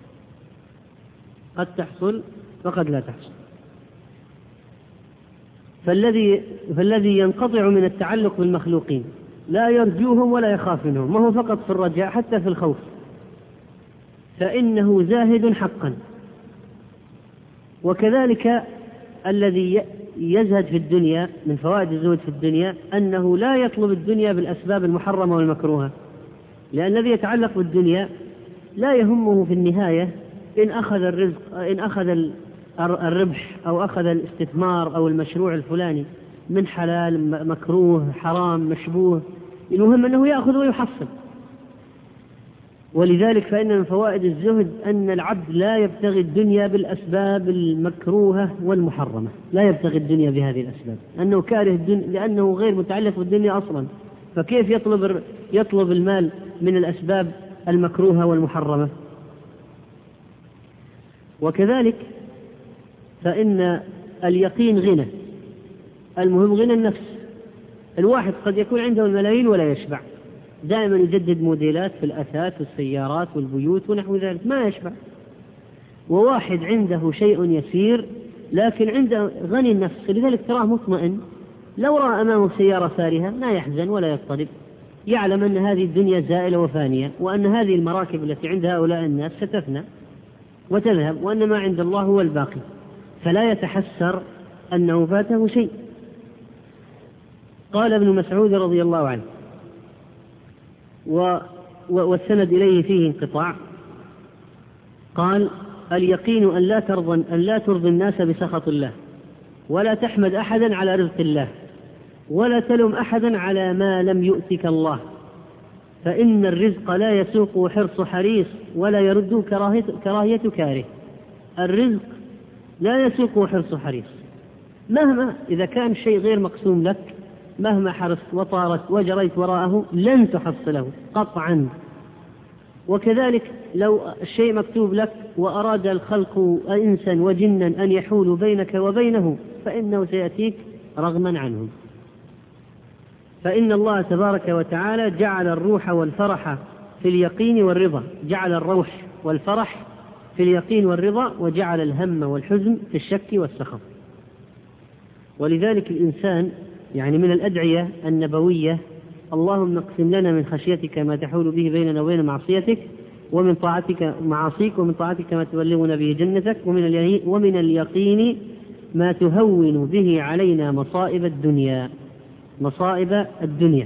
قد تحصل وقد لا تحصل. فالذي فالذي ينقطع من التعلق بالمخلوقين لا يرجوهم ولا يخاف منهم، ما هو فقط في الرجاء، حتى في الخوف، فإنه زاهد حقا. وكذلك الذي يزهد في الدنيا، من فوائد الزهد في الدنيا أنه لا يطلب الدنيا بالأسباب المحرمة والمكروهة، لأن الذي يتعلق بالدنيا لا يهمه في النهاية إن أخذ الرزق، إن أخذ الربح أو أخذ الاستثمار أو المشروع الفلاني من حلال مكروه حرام مشبوه، المهم أنه يأخذ ويحصل. ولذلك فإن من فوائد الزهد أن العبد لا يبتغي الدنيا بالأسباب المكروهة والمحرمة، لا يبتغي الدنيا بهذه الأسباب، أنه كاره الدنيا لأنه غير متعلق بالدنيا أصلا، فكيف يطلب يطلب المال من الأسباب المكروهة والمحرمة؟ وكذلك فإن اليقين غنى، المهم غنى النفس. الواحد قد يكون عنده الملايين ولا يشبع، دائما يجدد موديلات في الأثاث والسيارات والبيوت ونحو ذلك، ما يشبع. وواحد عنده شيء يسير لكن عنده غني النفس، لذلك تراه مطمئن، لو رأى أمامه سيارة فارهة ما يحزن ولا يضطرب، يعلم أن هذه الدنيا زائلة وفانية، وأن هذه المراكب التي عند هؤلاء الناس ستفنى وتذهب، وأن ما عند الله هو الباقي، فلا يتحسر أنه فاته شيء. قال ابن مسعود رضي الله عنه، والسند إليه فيه انقطاع، قال: اليقين أن لا ترضى أن لا ترضي الناس بسخط الله، ولا تحمد أحدا على رزق الله، ولا تلوم أحدا على ما لم يؤتك الله، فإن الرزق لا يسوق حرص حريص ولا يرد كراهية كاره. الرزق لا يسوق حرص حريص، مهما إذا كان شيء غير مقسوم لك، مهما حرصت وطارت وجريت وراءه لن تحصله قطعا. وكذلك لو الشيء مكتوب لك وأراد الخلق إنسا وجنا أن يحولوا بينك وبينه فإنه سيأتيك رغما عنهم. فإن الله تبارك وتعالى جعل الروح والفرح في اليقين والرضا، جعل الروح والفرح في اليقين والرضا، وجعل الهم والحزن في الشك والسخط. ولذلك الإنسان يعني من الأدعية النبوية: اللهم اقسم لنا من خشيتك ما تحول به بيننا وبين معصيتك، ومن طاعتك معاصيك، ومن طاعتك ما تبلغنا به جنتك، ومن ومن اليقين ما تهون به علينا مصائب الدنيا مصائب الدنيا.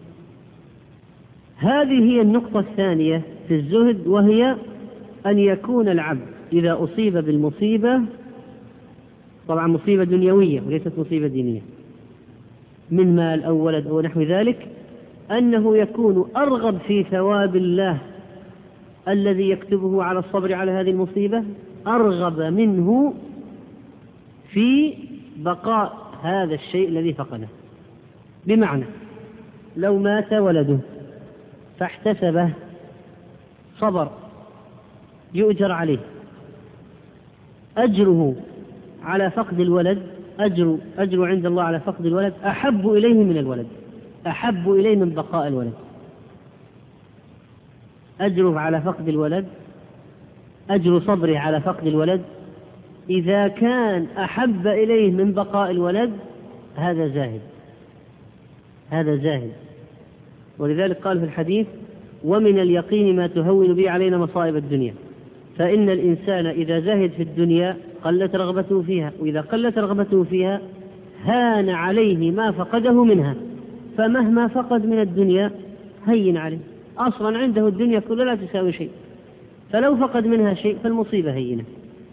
هذه هي النقطة الثانية في الزهد، وهي أن يكون العبد إذا أصيب بالمصيبة، طبعا مصيبة دنيوية وليست مصيبة دينية، من مال أو ولد أو نحو ذلك، أنه يكون أرغب في ثواب الله الذي يكتبه على الصبر على هذه المصيبة، أرغب منه في بقاء هذا الشيء الذي فقده. بمعنى لو مات ولده فاحتسبه صبر يؤجر عليه، أجره على فقد الولد أجر أجر عند الله على فقد الولد أحب إليه من الولد، أحب إليه من بقاء الولد. أجره على فقد الولد، أجر صبره على فقد الولد، إذا كان أحب إليه من بقاء الولد هذا زاهد، هذا زاهد. ولذلك قال في الحديث: ومن اليقين ما تهون به علينا مصائب الدنيا. فإن الإنسان إذا زاهد في الدنيا قلت رغبته فيها، وإذا قلت رغبته فيها هان عليه ما فقده منها، فمهما فقد من الدنيا هين عليه، أصلا عنده الدنيا كلها لا تساوي شيء، فلو فقد منها شيء فالمصيبة هينة.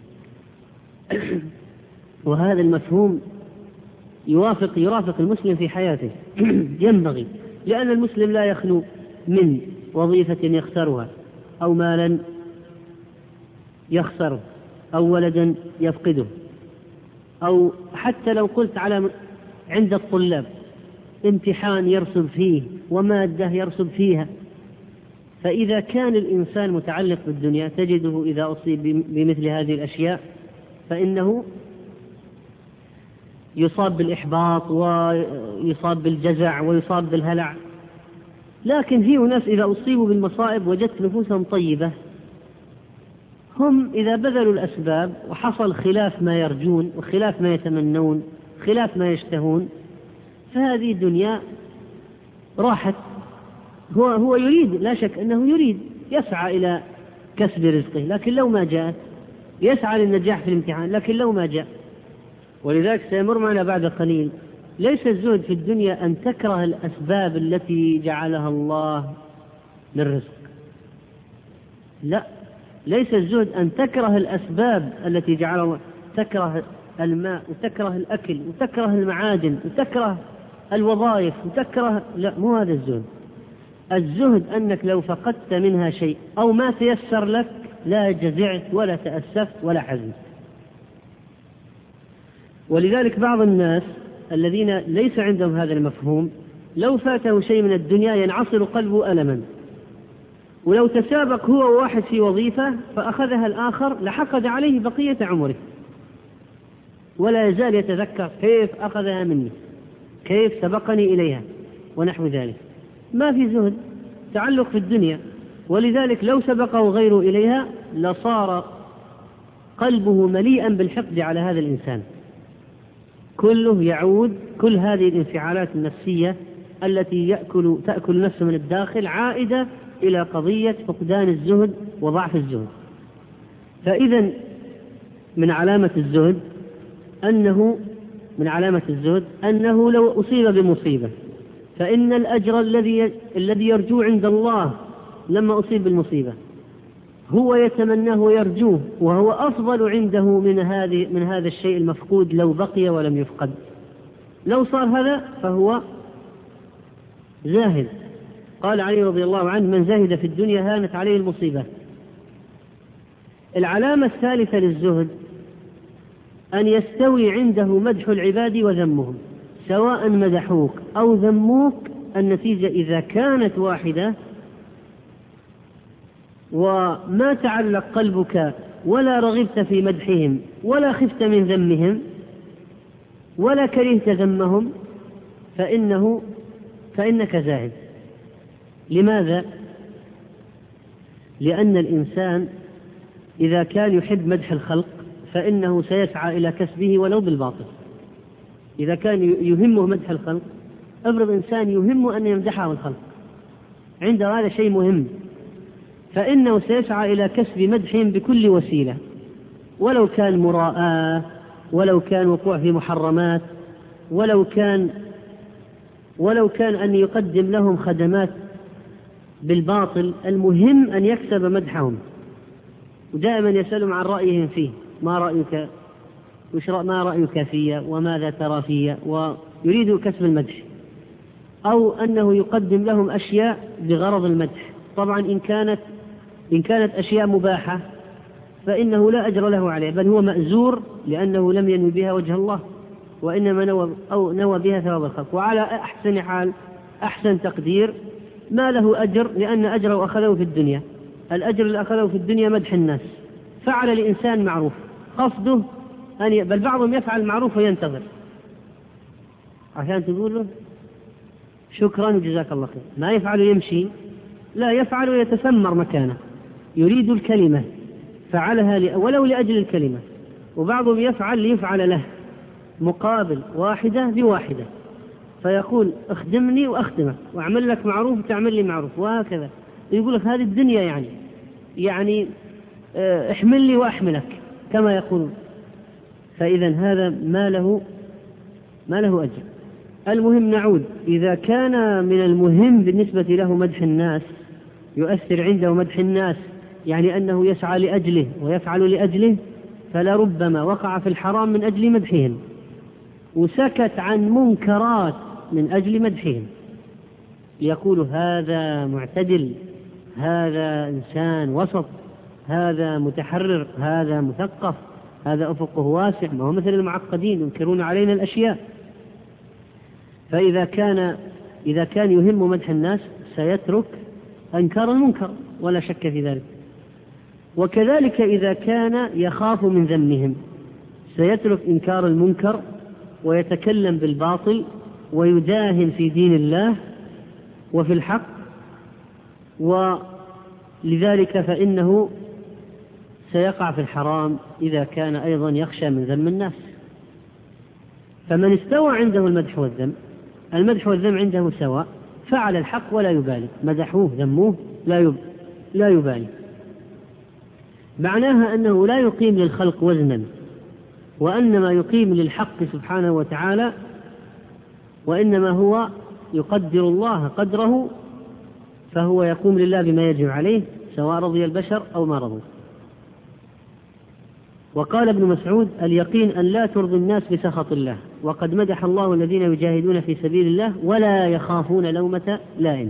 وهذا المفهوم يوافق يرافق المسلم في حياته ينبغي، لأن المسلم لا يخلو من وظيفة يخسرها، أو مالا يخسره، أو ولدا يفقده، أو حتى لو قلت على عند الطلاب امتحان يرسب فيه ومادة يرسب فيها. فإذا كان الإنسان متعلق بالدنيا تجده إذا أصيب بمثل هذه الأشياء فإنه يصاب بالإحباط ويصاب بالجزع ويصاب بالهلع. لكن في ناس إذا أصيبوا بالمصائب وجدت نفوسهم طيبة، هم إذا بذلوا الأسباب وحصل خلاف ما يرجون وخلاف ما يتمنون خلاف ما يشتهون، فهذه الدنيا راحت. هو هو يريد، لا شك أنه يريد، يسعى إلى كسب رزقه، لكن لو ما جاءت يسعى للنجاح في الامتحان، لكن لو ما جاء. ولذلك سيمر معنا بعد قليل ليس الزهد في الدنيا أن تكره الأسباب التي جعلها الله للرزق، لا، ليس الزهد أن تكره الأسباب التي جعلها الله، تكره الماء وتكره الأكل وتكره المعادن وتكره الوظائف وتكره، لا، مو هذا الزهد. الزهد أنك لو فقدت منها شيء أو ما تيسر لك لا جزعت ولا تأسفت ولا حزنت. ولذلك بعض الناس الذين ليس عندهم هذا المفهوم لو فاته شيء من الدنيا ينعصر قلبه ألما، ولو تسابق هو وواحد في وظيفة فأخذها الآخر لحقد عليه بقية عمره، ولا يزال يتذكر كيف أخذها مني، كيف سبقني إليها ونحو ذلك. ما في زهد، تعلق في الدنيا. ولذلك لو سبقه غيره إليها لصار قلبه مليئا بالحقد على هذا الإنسان. كله يعود، كل هذه الانفعالات النفسية التي يأكل تأكل نفسه من الداخل عائدة إلى قضية فقدان الزهد وضعف الزهد. فإذا من علامة الزهد أنه من علامة الزهد أنه لو أصيب بمصيبة فإن الأجر الذي الذي يرجو عند الله لما أصيب بالمصيبة هو يتمناه ويرجوه، وهو أفضل عنده من هذه من هذا الشيء المفقود لو بقي ولم يفقد. لو صار هذا فهو زاهد. قال علي رضي الله عنه: من زهد في الدنيا هانت عليه المصيبة. العلامة الثالثة للزهد أن يستوي عنده مدح العباد وذمهم، سواء مدحوك أو ذموك النتيجة إذا كانت واحدة وما تعلق قلبك ولا رغبت في مدحهم ولا خفت من ذمهم ولا كرهت ذمهم فإنه فإنك زاهد. لماذا؟ لأن الإنسان إذا كان يحب مدح الخلق فإنه سيسعى إلى كسبه ولو بالباطل. إذا كان يهمه مدح الخلق، افرض إنسان يهمه أن يمدحه الخلق، عنده هذا شيء مهم، فإنه سيسعى إلى كسب مدحهم بكل وسيلة، ولو كان مراءة، ولو كان وقوع في محرمات، ولو كان ولو كان أن يقدم لهم خدمات بالباطل، المهم أن يكسب مدحهم. ودائما يسألهم عن رأيهم فيه، ما رأيك ما رأيك في وماذا ترى في، ويريد كسب المدح، أو أنه يقدم لهم أشياء بغرض المدح. طبعا إن كانت إن كانت أشياء مباحة فإنه لا أجر له عليه، بل هو مأزور لأنه لم ينوي بها وجه الله، وإنما نوى أو نوى بها ثواب الخلق. وعلى أحسن حال أحسن تقدير ما له أجر، لأن أجره أخذه في الدنيا. الأجر اللي أخذه في الدنيا مدح الناس. فعل لإنسان معروف قصده أن ي... بل بعضهم يفعل معروف وينتظر عشان تقول له شكرا وجزاك الله خير، ما يفعل يمشي، لا يفعل ويتسمر مكانه، يريد الكلمة فعلها ل... ولو لأجل الكلمة. وبعضهم يفعل ليفعل له مقابل واحدة بواحدة، فيقول اخدمني وأخدمك، وأعمل لك معروف وتعمل لي معروف، وهكذا. يقول لك هذه الدنيا يعني يعني احمل لي وأحملك كما يقولون. فإذا هذا ما له ما له أجر. المهم نعود، إذا كان من المهم بالنسبة له مدح الناس، يؤثر عنده مدح الناس، يعني أنه يسعى لأجله ويفعل لأجله، فلربما وقع في الحرام من أجل مدحهم، وسكت عن منكرات من أجل مدحهم، يقول هذا معتدل، هذا إنسان وسط، هذا متحرر، هذا مثقف، هذا أفقه واسع، ما هو مثل المعقدين ينكرون علينا الأشياء. فإذا كان إذا كان يهم مدح الناس سيترك أنكار المنكر ولا شك في ذلك. وكذلك إذا كان يخاف من ذمهم سيترك إنكار المنكر ويتكلم بالباطل ويداهن في دين الله وفي الحق، ولذلك فإنه سيقع في الحرام إذا كان أيضا يخشى من ذم الناس. فمن استوى عنده المدح والذم، المدح والذم عنده سواء، فعل الحق ولا يبالي، مدحوه ذموه لا لا يبالي. معناها أنه لا يقيم للخلق وزنا، وأنما يقيم للحق سبحانه وتعالى، وإنما هو يقدر الله قدره، فهو يقوم لله بما يجب عليه سواء رضي البشر أو ما رضوا. وقال ابن مسعود اليقين أن لا ترضي الناس بسخط الله، وقد مدح الله الذين يجاهدون في سبيل الله ولا يخافون لومة لائم.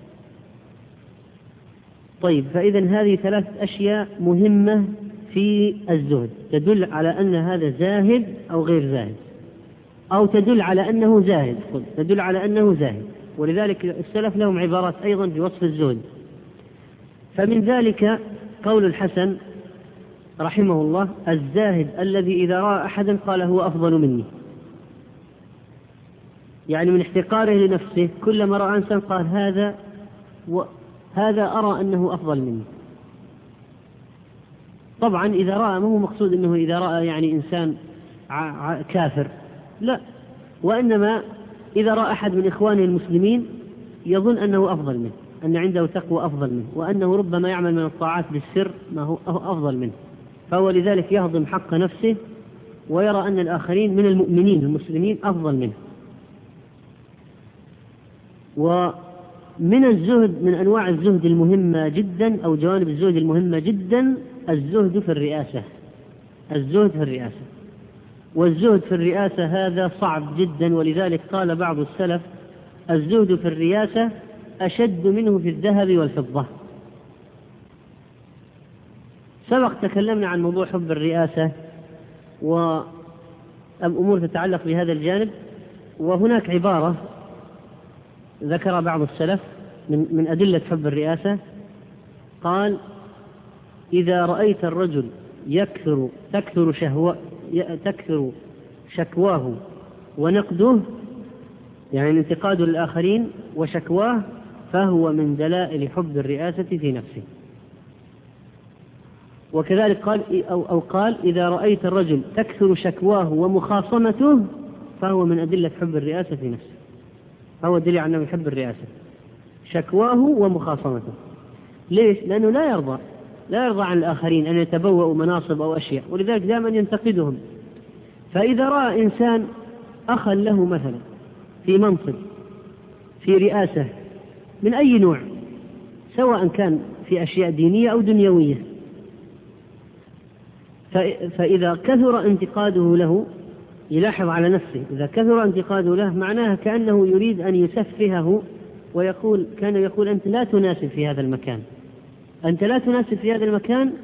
طيب، فإذا هذه ثلاث أشياء مهمة في الزهد تدل على أن هذا زاهد أو غير زاهد، أو تدل على أنه زاهد، تدل على أنه زاهد. ولذلك السلف لهم عبارات أيضا في وصف الزهد. فمن ذلك قول الحسن رحمه الله الزاهد الذي إذا رأى أحدا قال هو أفضل مني، يعني من احتقاره لنفسه كلما رأى إنسان قال هذا هذا أرى أنه أفضل مني. طبعا إذا رأى ما هو مقصود أنه إذا رأى يعني إنسان كافر، لا، وإنما إذا رأى أحد من إخوانه المسلمين يظن أنه أفضل منه، أن عنده تقوى أفضل منه، وأنه ربما يعمل من الطاعات بالسر ما هو أفضل منه، فهو لذلك يهضم حق نفسه ويرى أن الآخرين من المؤمنين المسلمين أفضل منه. ومن الزهد، من أنواع الزهد المهمة جدا أو جوانب الزهد المهمة جدا الزهد في الرئاسة. الزهد في الرئاسة والزهد في الرئاسة هذا صعب جدا، ولذلك قال بعض السلف الزهد في الرئاسة أشد منه في الذهب والفضة. سبق تكلمنا عن موضوع حب الرئاسة وأمور تتعلق بهذا الجانب، وهناك عبارة ذكر بعض السلف من, من أدلة حب الرئاسة، قال إذا رأيت الرجل يكثر تكثر شهوة تكثر شكواه ونقده، يعني انتقاده للآخرين وشكواه، فهو من دلائل حب الرئاسة في نفسه. وكذلك قال أو, أو قال إذا رأيت الرجل تكثر شكواه ومخاصمته فهو من أدلة حب الرئاسة في نفسه، هو دليل على أنه يحب الرئاسة، شكواه ومخاصمته. ليش؟ لأنه لا يرضى لا يرضى عن الآخرين أن يتبوأوا مناصب أو أشياء، ولذلك دائما ينتقدهم. فإذا رأى إنسان أخا له مثلا في منصب في رئاسة من أي نوع، سواء كان في أشياء دينية أو دنيوية، فإذا كثر انتقاده له يلاحظ على نفسه، إذا كثر انتقاده له معناها كأنه يريد أن يسفهه، ويقول كان يقول أنت لا تناسب في هذا المكان، أنت لا تناسب في هذا المكان،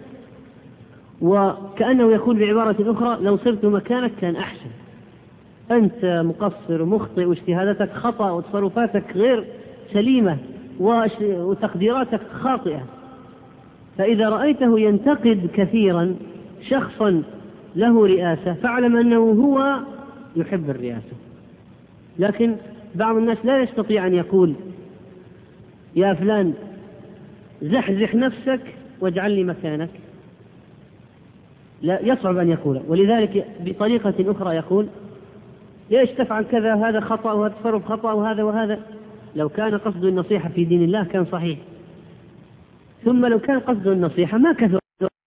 وكأنه يقول بعبارة أخرى لو صرت مكانك كان أحسن، أنت مقصر مخطئ واجتهاداتك خطأ وتصرفاتك غير سليمة وتقديراتك خاطئة. فإذا رأيته ينتقد كثيرا شخصا له رئاسة فاعلم أنه هو يحب الرئاسة. لكن بعض الناس لا يستطيع أن يقول يا فلان زحزح نفسك واجعل لي مكانك، لا، يصعب أن يقول. ولذلك بطريقة أخرى يقول ليش تفعل كذا، هذا خطأ وهذا تصرف خطأ وهذا وهذا. لو كان قصد النصيحة في دين الله كان صحيح، ثم لو كان قصد النصيحة ما كثر